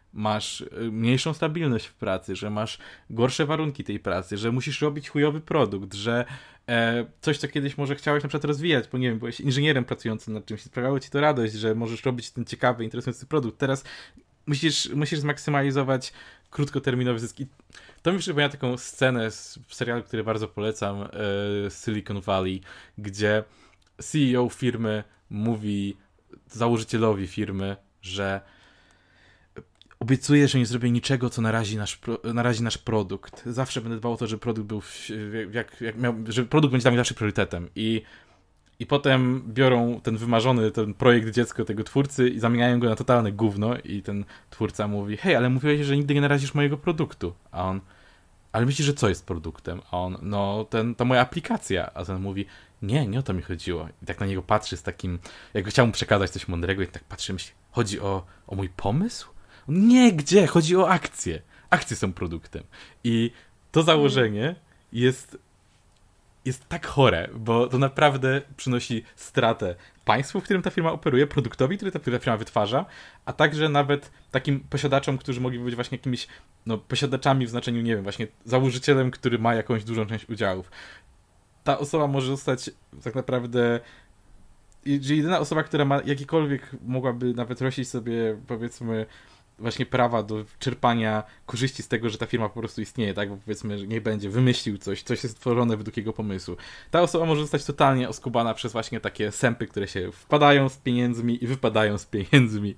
masz mniejszą stabilność w pracy, że masz gorsze warunki tej pracy, że musisz robić chujowy produkt, że coś, co kiedyś może chciałeś na przykład rozwijać, bo nie wiem, byłeś inżynierem pracującym nad czymś, sprawiało ci to radość, że możesz robić ten ciekawy, interesujący produkt. Teraz musisz zmaksymalizować krótkoterminowy zysk. I to mi przypomina taką scenę z serialu, który bardzo polecam, Silicon Valley, gdzie CEO firmy mówi założycielowi firmy, że obiecuję, że nie zrobię niczego, co narazi nasz produkt. Zawsze będę dbał o to, żeby produkt był że produkt będzie dla mnie zawsze priorytetem. I potem biorą ten projekt dziecko tego twórcy i zamieniają go na totalne gówno i ten twórca mówi, hej, ale mówiłeś, że nigdy nie narazisz mojego produktu. A on, ale myślisz, że co jest produktem? A on, no ta moja aplikacja. A ten mówi, nie o to mi chodziło. I tak na niego patrzy z takim, jakby chciał mu przekazać coś mądrego i tak patrzy, myśli, chodzi o mój pomysł? Nie, gdzie? Chodzi o akcje. Akcje są produktem. I to założenie jest tak chore, bo to naprawdę przynosi stratę państwu, w którym ta firma operuje, produktowi, który ta firma wytwarza, a także nawet takim posiadaczom, którzy mogliby być właśnie jakimiś posiadaczami w znaczeniu, nie wiem, właśnie założycielem, który ma jakąś dużą część udziałów. Ta osoba może zostać tak naprawdę, jedyna osoba, która ma jakikolwiek, mogłaby nawet rościć sobie, powiedzmy, właśnie prawa do czerpania korzyści z tego, że ta firma po prostu istnieje, tak? Bo powiedzmy, że nie będzie, wymyślił coś jest stworzone według jego pomysłu. Ta osoba może zostać totalnie oskubana przez właśnie takie sępy, które się wpadają z pieniędzmi i wypadają z pieniędzmi.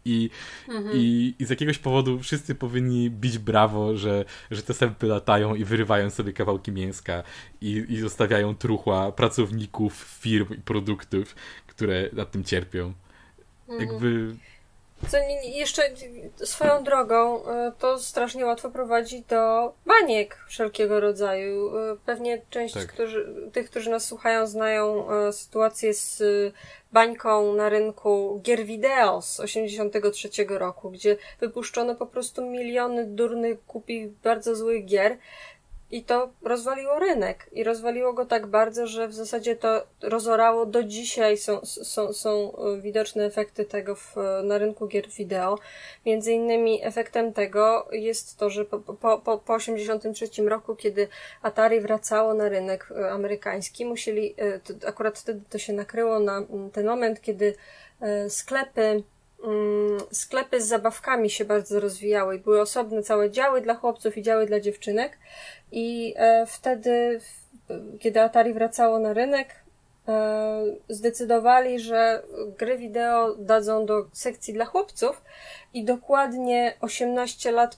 I z jakiegoś powodu wszyscy powinni bić brawo, że te sępy latają i wyrywają sobie kawałki mięska i zostawiają truchła pracowników, firm i produktów, które nad tym cierpią. Jakby...
Co jeszcze swoją drogą, to strasznie łatwo prowadzi do baniek wszelkiego rodzaju. Pewnie część tych, którzy nas słuchają, znają sytuację z bańką na rynku gier wideo z 1983 roku, gdzie wypuszczono po prostu miliony durnych, głupich, bardzo złych gier. I to rozwaliło rynek. I rozwaliło go tak bardzo, że w zasadzie to rozorało. Do dzisiaj są widoczne efekty tego na rynku gier wideo. Między innymi efektem tego jest to, że po 1983 roku, kiedy Atari wracało na rynek amerykański, musieli, akurat wtedy to się nakryło na ten moment, kiedy sklepy z zabawkami się bardzo rozwijały i były osobne całe działy dla chłopców i działy dla dziewczynek i wtedy, kiedy Atari wracało na rynek, zdecydowali, że gry wideo dadzą do sekcji dla chłopców i dokładnie 18 lat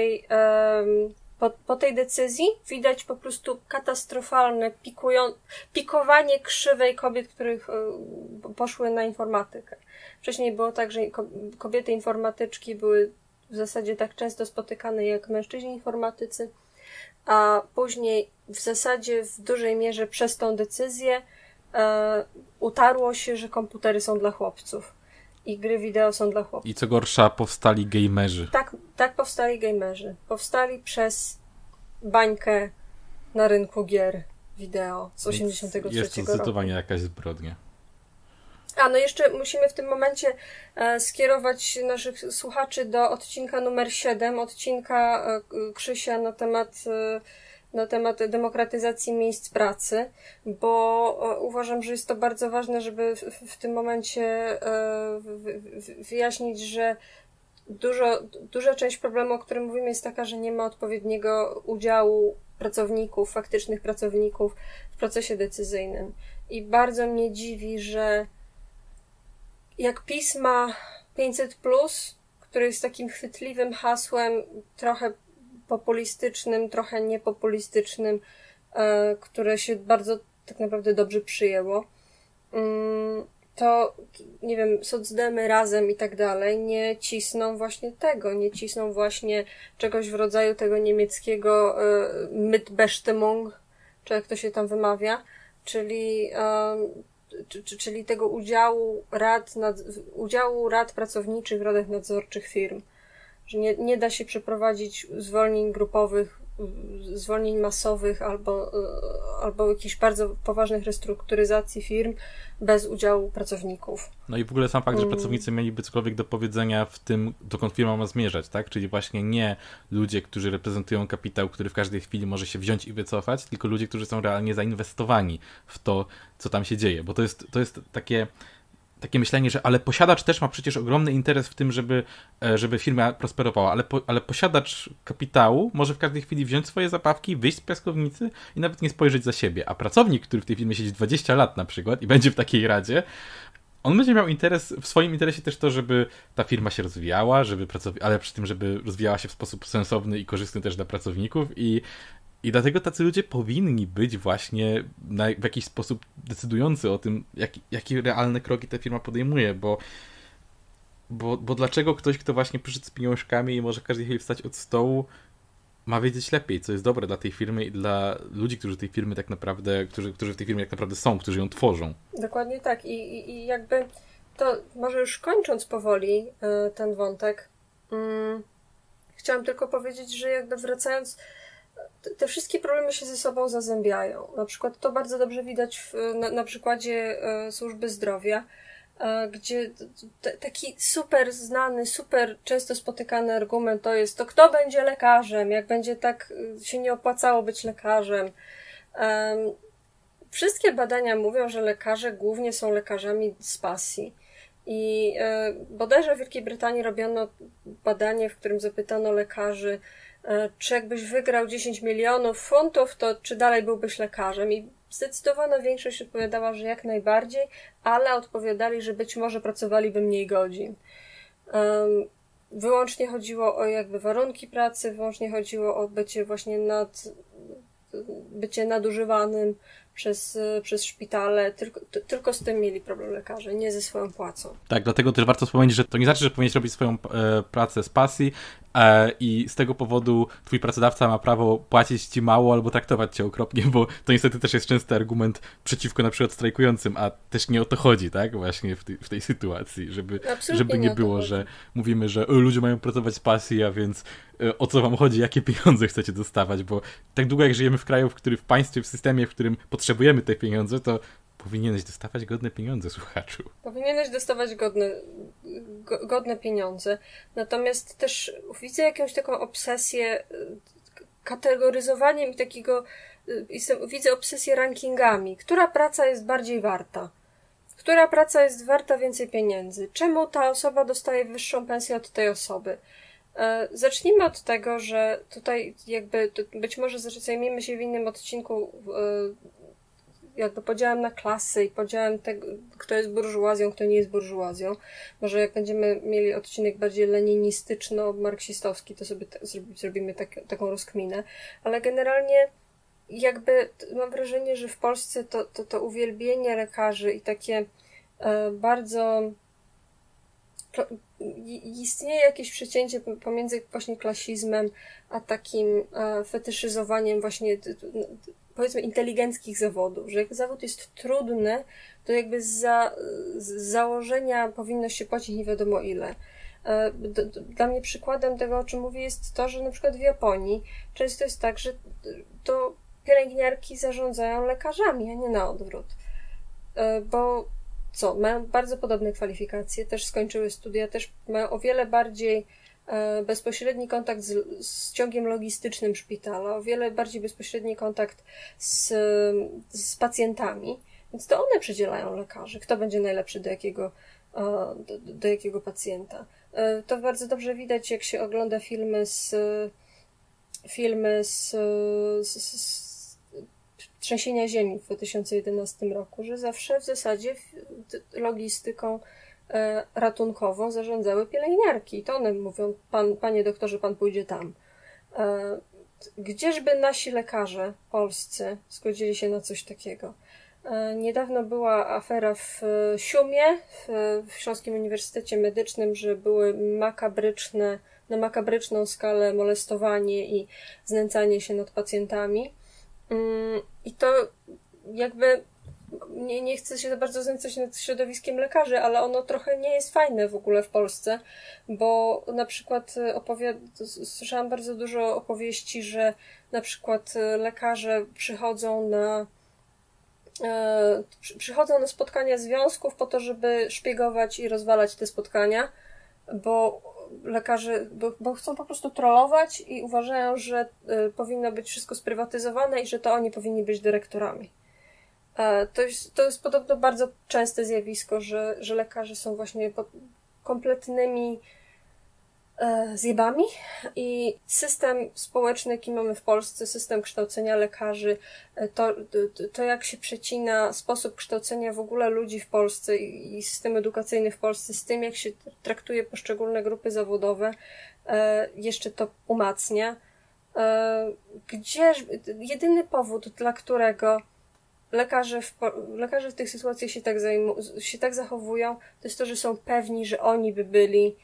po tej decyzji widać po prostu katastrofalne pikowanie krzywej kobiet, których poszły na informatykę. Wcześniej było tak, że kobiety informatyczki były w zasadzie tak często spotykane jak mężczyźni informatycy, a później w zasadzie w dużej mierze przez tą decyzję utarło się, że komputery są dla chłopców i gry wideo są dla chłopców.
I co gorsza, powstali gamerzy.
Tak powstali gamerzy. Powstali przez bańkę na rynku gier wideo z 1983 roku.
Jest to zdecydowanie jakaś zbrodnia.
No jeszcze musimy w tym momencie skierować naszych słuchaczy do odcinka numer 7, odcinka Krzysia na temat demokratyzacji miejsc pracy, bo uważam, że jest to bardzo ważne, żeby w tym momencie wyjaśnić, że duża część problemu, o którym mówimy, jest taka, że nie ma odpowiedniego udziału pracowników, faktycznych pracowników w procesie decyzyjnym. I bardzo mnie dziwi, że jak PiS ma 500+, który jest takim chwytliwym hasłem, trochę populistycznym, trochę niepopulistycznym, które się bardzo tak naprawdę dobrze przyjęło, to, nie wiem, socdemy razem i tak dalej nie cisną właśnie tego, nie cisną właśnie czegoś w rodzaju tego niemieckiego Mitbestimmung, czy jak to się tam wymawia, czyli tego udziału rad pracowniczych w radach nadzorczych firm. Że nie da się przeprowadzić zwolnień grupowych zwolnień masowych albo jakichś bardzo poważnych restrukturyzacji firm bez udziału pracowników.
No i w ogóle sam fakt, że pracownicy mieliby cokolwiek do powiedzenia w tym, dokąd firma ma zmierzać, tak? Czyli właśnie nie ludzie, którzy reprezentują kapitał, który w każdej chwili może się wziąć i wycofać, tylko ludzie, którzy są realnie zainwestowani w to, co tam się dzieje. Bo to jest takie myślenie, że ale posiadacz też ma przecież ogromny interes w tym, żeby firma prosperowała, ale posiadacz kapitału może w każdej chwili wziąć swoje zabawki, wyjść z piaskownicy i nawet nie spojrzeć za siebie. A pracownik, który w tej firmie siedzi 20 lat na przykład i będzie w takiej radzie, on będzie miał w swoim interesie też to, żeby ta firma się rozwijała, ale przy tym, żeby rozwijała się w sposób sensowny i korzystny też dla pracowników i dlatego tacy ludzie powinni być właśnie w jakiś sposób decydujący o tym, jakie realne kroki ta firma podejmuje, bo dlaczego ktoś, kto właśnie przyszedł z pieniążkami i może w każdej chwili wstać od stołu, ma wiedzieć lepiej, co jest dobre dla tej firmy i dla ludzi, którzy tej firmy tak naprawdę, którzy w tej firmie tak naprawdę są, którzy ją tworzą.
Dokładnie tak. I jakby to, może już kończąc powoli ten wątek, chciałam tylko powiedzieć, że jakby wracając, te wszystkie problemy się ze sobą zazębiają. Na przykład to bardzo dobrze widać na przykładzie służby zdrowia, gdzie taki super znany, super często spotykany argument to jest, to kto będzie lekarzem, jak będzie tak się nie opłacało być lekarzem. Wszystkie badania mówią, że lekarze głównie są lekarzami z pasji. I bodajże w Wielkiej Brytanii robiono badanie, w którym zapytano lekarzy, czy jakbyś wygrał 10 milionów funtów, to czy dalej byłbyś lekarzem? I zdecydowana większość odpowiadała, że jak najbardziej, ale odpowiadali, że być może pracowaliby mniej godzin. Wyłącznie chodziło o jakby warunki pracy, wyłącznie chodziło o bycie właśnie bycie nadużywanym przez szpitale, tylko z tym mieli problem lekarze, nie ze swoją płacą.
Tak, dlatego też warto wspomnieć, że to nie znaczy, że powinieneś robić swoją pracę z pasji i z tego powodu twój pracodawca ma prawo płacić ci mało albo traktować cię okropnie, bo to niestety też jest częsty argument przeciwko na przykład strajkującym, a też nie o to chodzi, tak? Właśnie w tej sytuacji, żeby nie było, że mówimy, że ludzie mają pracować z pasji, a więc o co wam chodzi, jakie pieniądze chcecie dostawać, bo tak długo jak żyjemy w kraju, w państwie, w systemie, w którym potrzebujemy te pieniądze, to powinieneś dostawać godne pieniądze, słuchaczu.
Powinieneś dostawać godne pieniądze. Natomiast też widzę jakąś taką obsesję kategoryzowaniem widzę obsesję rankingami. Która praca jest bardziej warta? Która praca jest warta więcej pieniędzy? Czemu ta osoba dostaje wyższą pensję od tej osoby? Zacznijmy od tego, że tutaj jakby być może zajmiemy się w innym odcinku jakby podziałem na klasy i podziałem tego, kto jest burżuazją, kto nie jest burżuazją. Może jak będziemy mieli odcinek bardziej leninistyczno-marksistowski, to sobie zrobimy taką rozkminę. Ale generalnie jakby mam wrażenie, że w Polsce to uwielbienie lekarzy i takie bardzo istnieje jakieś przecięcie pomiędzy właśnie klasizmem a takim fetyszyzowaniem właśnie powiedzmy inteligenckich zawodów, że jak zawód jest trudny, to jakby z założenia powinno się płacić nie wiadomo ile. Dla mnie przykładem tego, o czym mówię, jest to, że na przykład w Japonii często jest tak, że to pielęgniarki zarządzają lekarzami, a nie na odwrót. Bo mają bardzo podobne kwalifikacje, też skończyły studia, też mają o wiele bardziej bezpośredni kontakt z ciągiem logistycznym szpitala, o wiele bardziej bezpośredni kontakt z pacjentami, więc to one przydzielają lekarzy, kto będzie najlepszy do jakiego pacjenta. To bardzo dobrze widać, jak się ogląda filmy z trzęsienia ziemi w 2011 roku, że zawsze w zasadzie logistyką ratunkową zarządzały pielęgniarki. To one mówią, panie doktorze, pan pójdzie tam. Gdzieżby nasi lekarze polscy zgodzili się na coś takiego? Niedawno była afera w Siumie, w Śląskim Uniwersytecie Medycznym, że były na makabryczną skalę molestowanie i znęcanie się nad pacjentami. I to jakby nie chcę się za bardzo znęcać nad środowiskiem lekarzy, ale ono trochę nie jest fajne w ogóle w Polsce, bo na przykład słyszałam bardzo dużo opowieści, że na przykład lekarze przychodzą na spotkania związków po to, żeby szpiegować i rozwalać te spotkania, bo lekarze bo chcą po prostu trollować i uważają, że powinno być wszystko sprywatyzowane i że to oni powinni być dyrektorami. To jest podobno bardzo częste zjawisko, że lekarze są właśnie kompletnymi zjebami i system społeczny, jaki mamy w Polsce, system kształcenia lekarzy, to jak się przecina sposób kształcenia w ogóle ludzi w Polsce i system edukacyjny w Polsce z tym, jak się traktuje poszczególne grupy zawodowe, jeszcze to umacnia. Jedyny powód, dla którego lekarze w tych sytuacjach się tak zachowują, to jest to, że są pewni, że oni by byli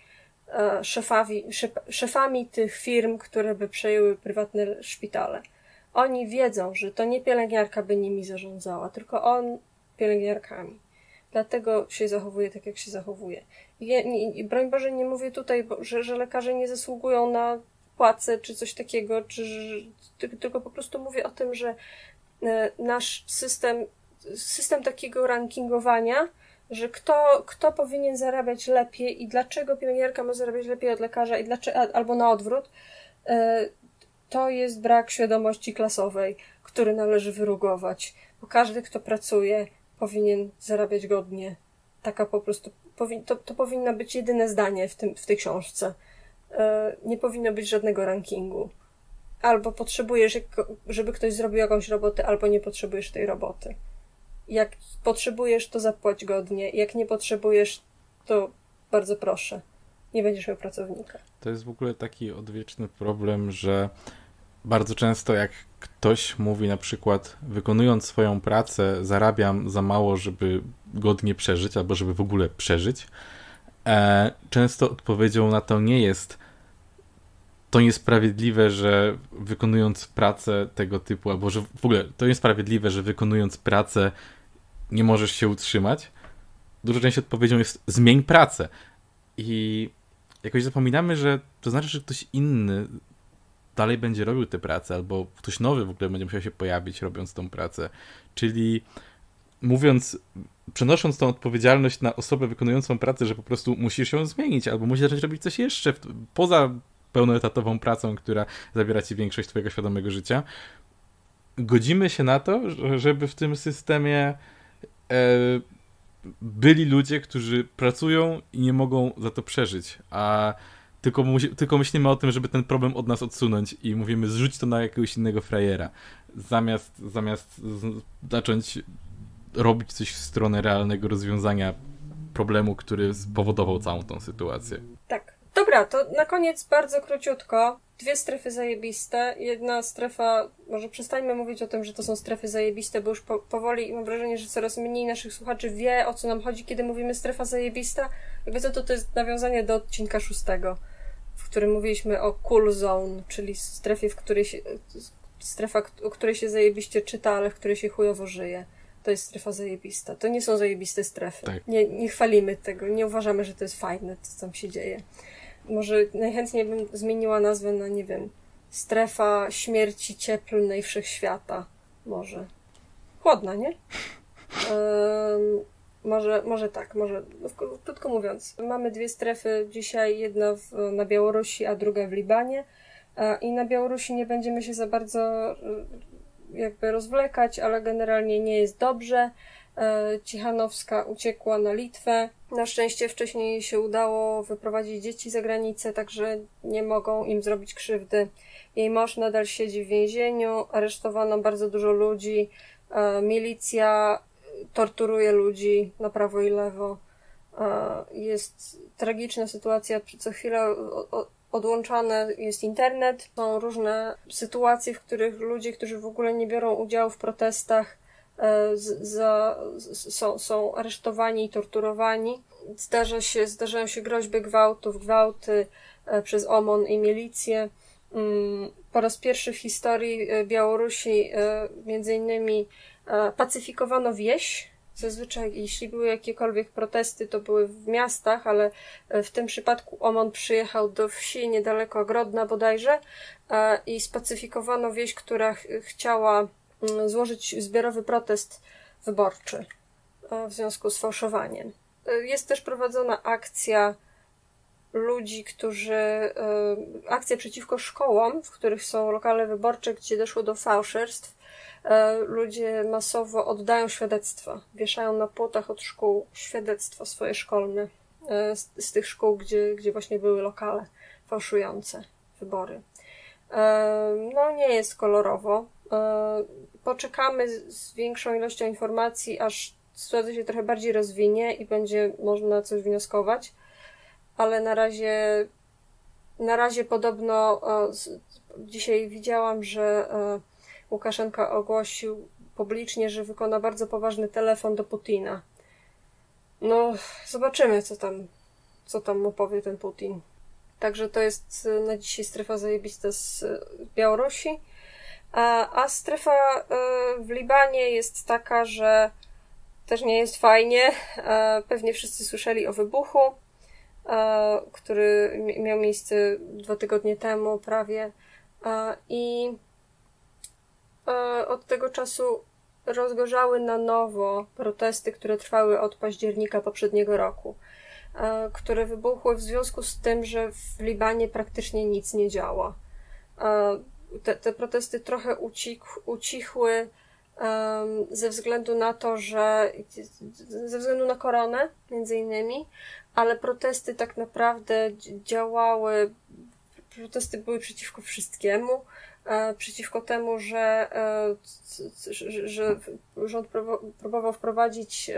szefami tych firm, które by przejęły prywatne szpitale. Oni wiedzą, że to nie pielęgniarka by nimi zarządzała, tylko on pielęgniarkami. Dlatego się zachowuje tak, jak się zachowuje. I broń Boże, nie mówię tutaj, że lekarze nie zasługują na płacę czy coś takiego, tylko po prostu mówię o tym, że nasz system takiego rankingowania, że kto powinien zarabiać lepiej i dlaczego pielęgniarka ma zarabiać lepiej od lekarza albo na odwrót, to jest brak świadomości klasowej, który należy wyrugować, bo każdy, kto pracuje, powinien zarabiać godnie. Taka po prostu, to powinno być jedyne zdanie w tej książce. Nie powinno być żadnego rankingu. Albo potrzebujesz, żeby ktoś zrobił jakąś robotę, albo nie potrzebujesz tej roboty. Jak potrzebujesz, to zapłać godnie. Jak nie potrzebujesz, to bardzo proszę. Nie będziesz miał pracownika.
To jest w ogóle taki odwieczny problem, że bardzo często jak ktoś mówi na przykład, wykonując swoją pracę, zarabiam za mało, żeby godnie przeżyć, albo żeby w ogóle przeżyć, często odpowiedzią na to nie jest to niesprawiedliwe, że wykonując pracę tego typu, albo że w ogóle to niesprawiedliwe, że wykonując pracę nie możesz się utrzymać. Dużo częściej odpowiedzią jest zmień pracę. I jakoś zapominamy, że to znaczy, że ktoś inny dalej będzie robił tę pracę, albo ktoś nowy w ogóle będzie musiał się pojawić, robiąc tą pracę. Czyli przenosząc tą odpowiedzialność na osobę wykonującą pracę, że po prostu musisz ją zmienić, albo musisz zacząć robić coś jeszcze poza pełnoetatową pracą, która zabiera ci większość twojego świadomego życia. Godzimy się na to, żeby w tym systemie byli ludzie, którzy pracują i nie mogą za to przeżyć, a tylko myślimy o tym, żeby ten problem od nas odsunąć i mówimy, zrzuć to na jakiegoś innego frajera, zamiast zacząć robić coś w stronę realnego rozwiązania problemu, który spowodował całą tą sytuację.
Tak. Dobra, to na koniec bardzo króciutko. 2 strefy zajebiste. Jedna strefa, może przestańmy mówić o tym, że to są strefy zajebiste, bo już powoli mam wrażenie, że coraz mniej naszych słuchaczy wie, o co nam chodzi, kiedy mówimy strefa zajebista. Jakby to jest nawiązanie do odcinka 6, w którym mówiliśmy o cool zone, czyli strefie, o której się zajebiście czyta, ale w której się chujowo żyje. To jest strefa zajebista. To nie są zajebiste strefy. Tak. Nie chwalimy tego, nie uważamy, że to jest fajne, co tam się dzieje. Może najchętniej bym zmieniła nazwę na, nie wiem, strefa śmierci cieplnej wszechświata. Może. Chłodna, nie? Może tak, krótko mówiąc. Mamy 2 strefy dzisiaj, jedna na Białorusi, a druga w Libanie. I na Białorusi nie będziemy się za bardzo jakby rozwlekać, ale generalnie nie jest dobrze. Cichanowska uciekła na Litwę. Na szczęście wcześniej jej się udało wyprowadzić dzieci za granicę, także nie mogą im zrobić krzywdy. Jej mąż nadal siedzi w więzieniu, aresztowano bardzo dużo ludzi, milicja torturuje ludzi na prawo i lewo. Jest tragiczna sytuacja, co chwilę odłączany jest internet. Są różne sytuacje, w których ludzie, którzy w ogóle nie biorą udziału w protestach, są aresztowani i torturowani. Zdarzają się groźby gwałty przez OMON i milicję. Po raz pierwszy w historii Białorusi między innymi pacyfikowano wieś, Zazwyczaj, jeśli były jakiekolwiek protesty, to były w miastach, ale w tym przypadku OMON przyjechał do wsi niedaleko Grodna bodajże i spacyfikowano wieś, która chciała złożyć zbiorowy protest wyborczy w związku z fałszowaniem. Jest też prowadzona akcja ludzi, akcja przeciwko szkołom, w których są lokale wyborcze, gdzie doszło do fałszerstw. Ludzie masowo oddają świadectwa, wieszają na płotach od szkół świadectwa swoje szkolne z tych szkół, gdzie właśnie były lokale fałszujące wybory. No nie jest kolorowo. Poczekamy z większą ilością informacji, aż sytuacja się trochę bardziej rozwinie i będzie można coś wnioskować, ale na razie podobno dzisiaj widziałam, że Łukaszenka ogłosił publicznie, że wykona bardzo poważny telefon do Putina. No, zobaczymy, co tam mu powie ten Putin. Także to jest na dzisiaj strefa zajebista z Białorusi. A strefa w Libanie jest taka, że też nie jest fajnie. Pewnie wszyscy słyszeli o wybuchu, który miał miejsce 2 tygodnie temu prawie. I od tego czasu rozgorzały na nowo protesty, które trwały od października poprzedniego roku, które wybuchły w związku z tym, że w Libanie praktycznie nic nie działa. Te protesty trochę ucichły ze względu na to, ze względu na koronę między innymi, ale protesty tak naprawdę działały, protesty były przeciwko wszystkiemu, przeciwko temu, że rząd próbował wprowadzić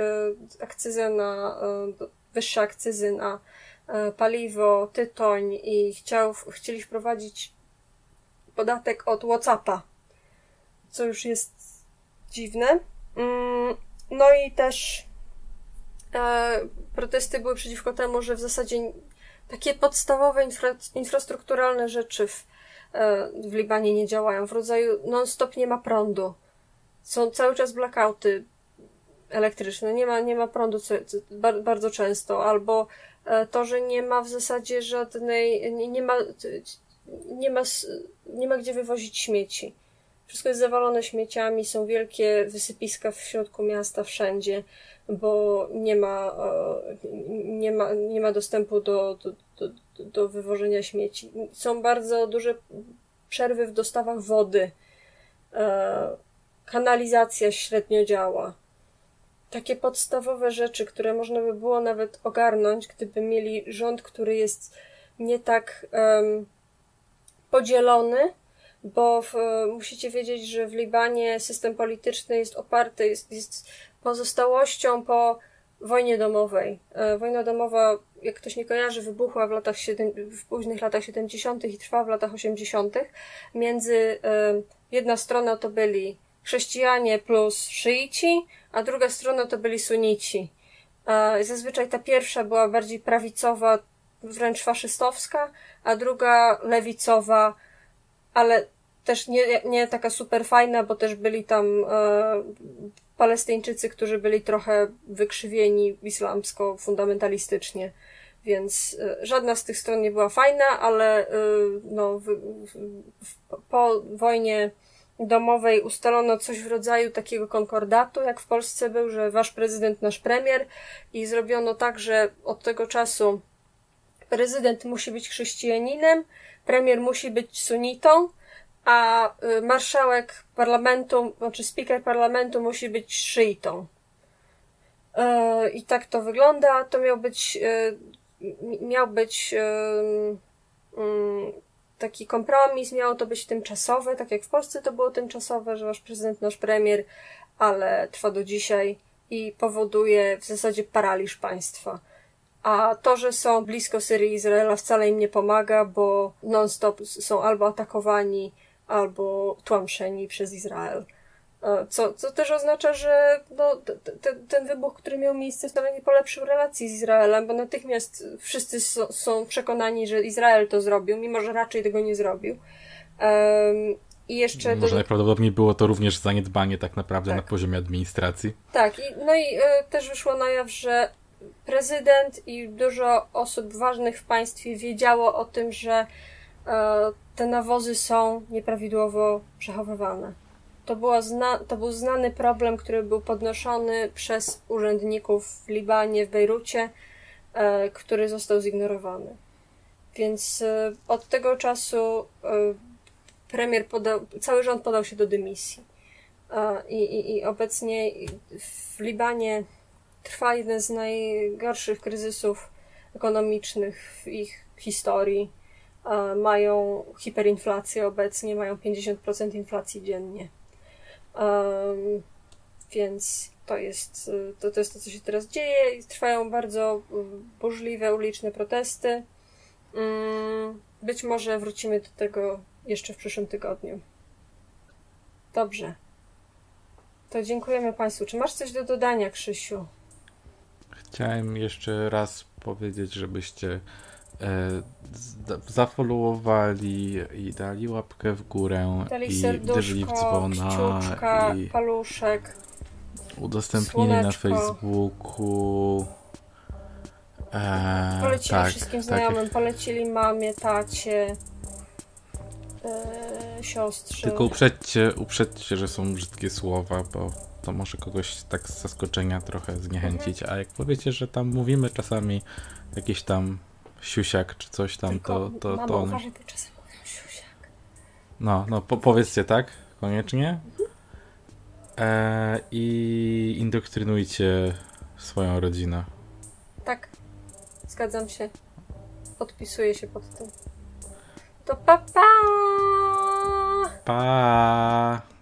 wyższe akcyzy na paliwo, tytoń i chcieli wprowadzić podatek od WhatsAppa, co już jest dziwne. No i też protesty były przeciwko temu, że w zasadzie takie podstawowe infrastrukturalne rzeczy w Libanie nie działają. W rodzaju non-stop nie ma prądu. Są cały czas blackouty elektryczne. Nie ma prądu bardzo często. Albo to, że nie ma w zasadzie żadnej... Nie ma gdzie wywozić śmieci. Wszystko jest zawalone śmieciami, są wielkie wysypiska w środku miasta wszędzie, bo nie ma dostępu do wywożenia śmieci. Są bardzo duże przerwy w dostawach wody. Kanalizacja średnio działa. Takie podstawowe rzeczy, które można by było nawet ogarnąć, gdyby mieli rząd, który jest nie tak podzielony, bo musicie wiedzieć, że w Libanie system polityczny jest oparty, jest pozostałością po wojnie domowej. Wojna domowa, jak ktoś nie kojarzy, wybuchła w późnych latach 70. i trwała w latach 80. Jedna strona to byli chrześcijanie plus szyici, a druga strona to byli sunici. Zazwyczaj ta pierwsza była bardziej prawicowa, wręcz faszystowska, a druga lewicowa, ale też nie taka super fajna, bo też byli tam Palestyńczycy, którzy byli trochę wykrzywieni islamsko-fundamentalistycznie, więc żadna z tych stron nie była fajna, ale po wojnie domowej ustalono coś w rodzaju takiego konkordatu, jak w Polsce był, że wasz prezydent, nasz premier, i zrobiono tak, że od tego czasu prezydent musi być chrześcijaninem, premier musi być sunnitą, a marszałek parlamentu, znaczy speaker parlamentu musi być szyitą. I tak to wygląda. To miał być taki kompromis, miało to być tymczasowe, tak jak w Polsce to było tymczasowe, że wasz prezydent, nasz premier, ale trwa do dzisiaj i powoduje w zasadzie paraliż państwa. A to, że są blisko Syrii i Izraela, wcale im nie pomaga, bo non-stop są albo atakowani, albo tłamszeni przez Izrael. Co też oznacza, że ten wybuch, który miał miejsce, wcale nie polepszył relacji z Izraelem, bo natychmiast wszyscy są przekonani, że Izrael to zrobił, mimo że raczej tego nie zrobił. I jeszcze
Może najprawdopodobniej było to również zaniedbanie tak naprawdę na poziomie administracji.
Tak, też wyszło na jaw, że prezydent i dużo osób ważnych w państwie wiedziało o tym, że te nawozy są nieprawidłowo przechowywane. To był znany problem, który był podnoszony przez urzędników w Libanie, w Bejrucie, który został zignorowany. Więc od tego czasu cały rząd podał się do dymisji. I obecnie w Libanie trwa jeden z najgorszych kryzysów ekonomicznych w ich historii. Mają hiperinflację obecnie, mają 50% inflacji dziennie. Więc to jest to, co się teraz dzieje. I trwają bardzo burzliwe uliczne protesty. Być może wrócimy do tego jeszcze w przyszłym tygodniu. Dobrze. To dziękujemy Państwu. Czy masz coś do dodania, Krzysiu?
Chciałem jeszcze raz powiedzieć, żebyście zafollowowali i dali łapkę w górę
Dali
i
serduszko,
uderzyli w dzwona
kciuczka,
i
paluszek,
udostępnili
słoneczko.
na Facebooku.
Polecili wszystkim znajomym, polecili mamie, tacie, siostrze.
Tylko uprzedźcie, że są brzydkie słowa, bo to może kogoś tak z zaskoczenia trochę zniechęcić, a jak powiecie, że tam mówimy czasami jakiś tam siusiak czy coś tam,
Tylko,
to
mamo,
on...
uważaj, bo czasem mówią siusiak.
No, powiedzcie tak, koniecznie. I indoktrynujcie swoją rodzinę.
Tak, zgadzam się. Podpisuję się pod tym. To pa!
Pa!